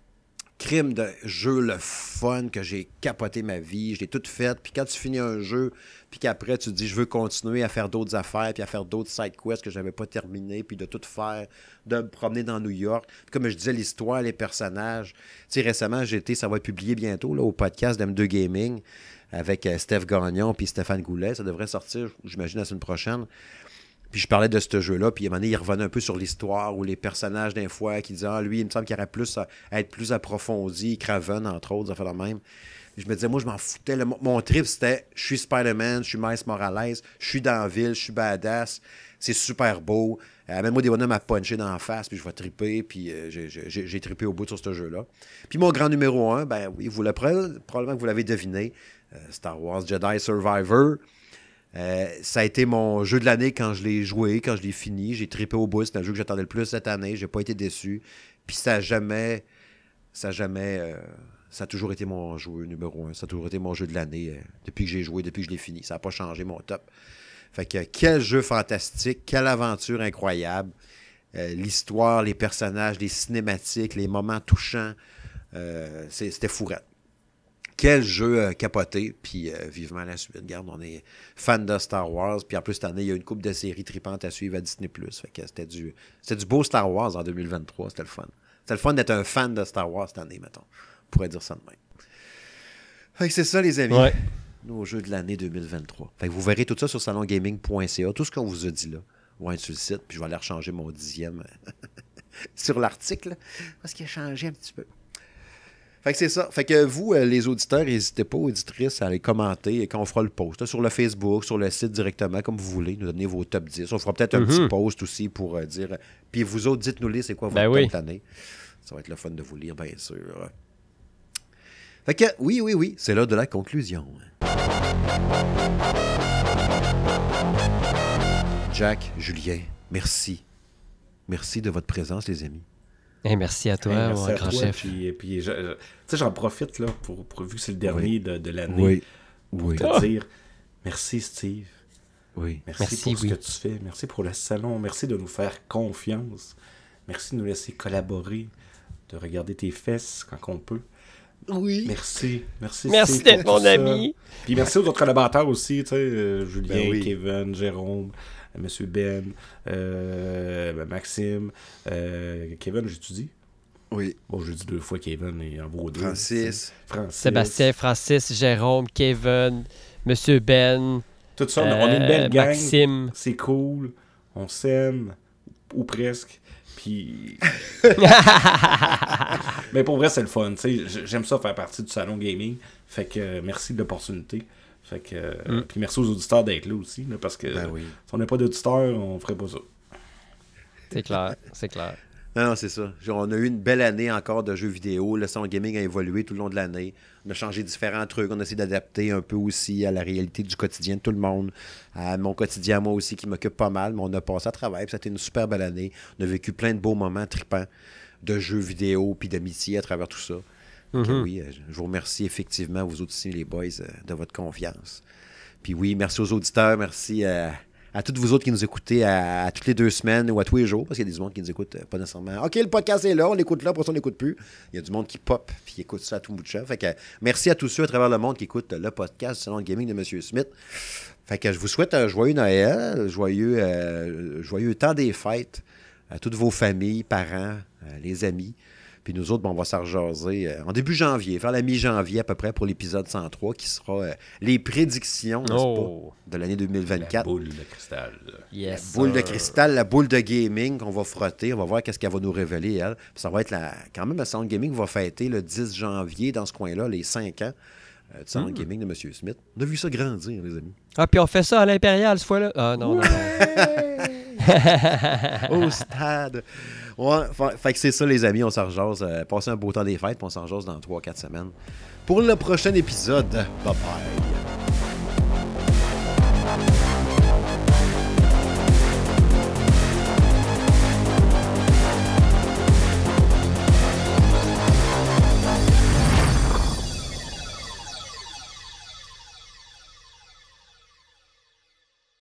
Crime de jeu, le fun, que j'ai capoté ma vie, je l'ai tout fait. Puis quand tu finis un jeu, puis qu'après tu te dis je veux continuer à faire d'autres affaires, puis à faire d'autres side quests que je n'avais pas terminé, puis de tout faire, de me promener dans New York. Puis comme je disais, l'histoire, les personnages. Tu sais, récemment, j'ai été, ça va être publié bientôt là, au podcast d'M deux Gaming avec euh, Steph Gagnon puis Stéphane Goulet. Ça devrait sortir, j'imagine, la semaine prochaine. Puis je parlais de ce jeu-là, puis à un moment donné, il revenait un peu sur l'histoire ou les personnages d'un fois qui disaient « Ah, lui, il me semble qu'il aurait plus à, à être plus approfondi, Craven, entre autres, ça fait la même. » Je me disais, moi, je m'en foutais. Le, mon trip, c'était « Je suis Spider-Man, je suis Miles Morales, je suis dans la ville, je suis badass, c'est super beau. Euh, amène-moi des bonhommes à puncher dans la face, puis je vais triper. » Puis euh, j'ai, j'ai, j'ai trippé au bout sur ce jeu-là. Puis mon grand numéro un, ben oui, vous le prenez, probablement que vous l'avez deviné, euh, Star Wars Jedi Survivor. Euh, ça a été mon jeu de l'année quand je l'ai joué, quand je l'ai fini. J'ai trippé au bout. C'est un jeu que j'attendais le plus cette année. J'ai pas été déçu. Puis ça a jamais... Ça a jamais... Euh, ça a toujours été mon jeu numéro un. Ça a toujours été mon jeu de l'année euh, depuis que j'ai joué, depuis que je l'ai fini. Ça n'a pas changé mon top. Fait que quel jeu fantastique. Quelle aventure incroyable. Euh, l'histoire, les personnages, les cinématiques, les moments touchants. Euh, c'est, c'était fourette. Quel jeu euh, capoté, puis euh, vivement la suite. Regarde, on est fan de Star Wars, puis en plus, cette année, il y a une couple de séries tripantes à suivre à Disney plus. Fait que c'était du, c'était du beau Star Wars en deux mille vingt-trois, c'était le fun. C'était le fun d'être un fan de Star Wars cette année, mettons. On pourrait dire ça de même. Fait que c'est ça, les amis. Ouais. Nos jeux de l'année deux mille vingt-trois. Fait que vous verrez tout ça sur salon gaming point c a. Tout ce qu'on vous a dit là va être sur le site, puis je vais aller rechanger mon dixième sur l'article, parce qu'il a changé un petit peu. Fait que c'est ça. Fait que vous, euh, les auditeurs, n'hésitez pas, auditrices, à aller commenter quand on fera le post. Là, sur le Facebook, sur le site directement, comme vous voulez, nous donner vos top dix. On fera peut-être un mm-hmm. petit post aussi pour euh, dire... Puis vous autres, dites-nous-les, c'est quoi votre ben top oui. de l'année. Ça va être le fun de vous lire, bien sûr. Fait que, oui, oui, oui, c'est l'heure de la conclusion. Jack, Julien, merci. Merci de votre présence, les amis. Hey, merci à toi, hey, merci mon à grand toi, chef. Puis, puis je, je, tu sais, j'en profite là, pour, pour vu que c'est le dernier oui. de, de l'année, oui. pour oui. te oh. dire merci Steve. Oui. Merci, merci pour oui. ce que tu fais. Merci pour le salon. Merci de nous faire confiance. Merci de nous laisser collaborer, de regarder tes fesses quand on peut. Oui. Merci. Merci, merci Steve, d'être pour mon ça. ami. Puis merci aux autres collaborateurs aussi, tu sais, euh, Julien, ben oui. Kevin, Jérôme, M. Ben, euh, Maxime, euh, Kevin, j'ai-tu dit? Oui. Bon, j'ai dit deux fois Kevin et en vaut deux. Francis. Francis. Sébastien, Francis, Jérôme, Kevin, M. Ben. Tout ça, euh, on est une belle gang. Maxime. C'est cool. On s'aime. Ou presque. Puis. Mais pour vrai, c'est le fun. T'sais. J'aime ça faire partie du salon gaming. Fait que euh, merci de l'opportunité. Fait que. Euh, mm. Puis merci aux auditeurs d'être là aussi. Là, parce que ben oui. si on n'a pas d'auditeurs, on ferait pas ça. C'est clair. C'est clair. Non, non, c'est ça. On a eu une belle année encore de jeux vidéo. Le salon gaming a évolué tout le long de l'année. On a changé différents trucs. On a essayé d'adapter un peu aussi à la réalité du quotidien de tout le monde. À mon quotidien, moi aussi, qui m'occupe pas mal. Mais on a passé à travers. Ça a été une super belle année. On a vécu plein de beaux moments tripants. de jeux vidéo puis d'amitié à travers tout ça. Mm-hmm. Que, oui, je vous remercie effectivement, vous autres ici, les boys, de votre confiance. Puis oui, merci aux auditeurs, merci à, à toutes vous autres qui nous écoutez à, à toutes les deux semaines ou à tous les jours, parce qu'il y a des gens qui nous écoutent pas nécessairement. OK, le podcast est là, on l'écoute là, après ça, on l'écoute plus. Il y a du monde qui pop puis qui écoute ça à tout bout de champ. Fait que merci à tous ceux à travers le monde qui écoutent le podcast du Salon de Gaming de M. Smith. Fait que je vous souhaite un joyeux Noël, joyeux, euh, joyeux temps des fêtes à toutes vos familles, parents, euh, les amis. Puis nous autres, bon, on va s'en rejaser euh, en début janvier, faire la mi-janvier à peu près pour l'épisode cent trois, qui sera euh, les prédictions, n'est-ce Oh. pas, de l'année deux mille vingt-quatre. La boule de cristal. Yes, La boule de sir. cristal, la boule de gaming qu'on va frotter. On va voir qu'est-ce qu'elle va nous révéler, elle. Puis ça va être la... quand même, le Salon de Gaming va fêter le dix janvier, dans ce coin-là, les cinq ans euh, du Salon de Gaming de M. Smith. On a vu ça grandir, les amis. Ah, puis on fait ça à l'Impérial cette fois-là. Ah, non, non, non. Au stade. Ouais, fa- fait que c'est ça, les amis. On s'en rejase. Euh, passez un beau temps des fêtes, puis on s'en rejase dans trois quatre semaines. Pour le prochain épisode, bye bye.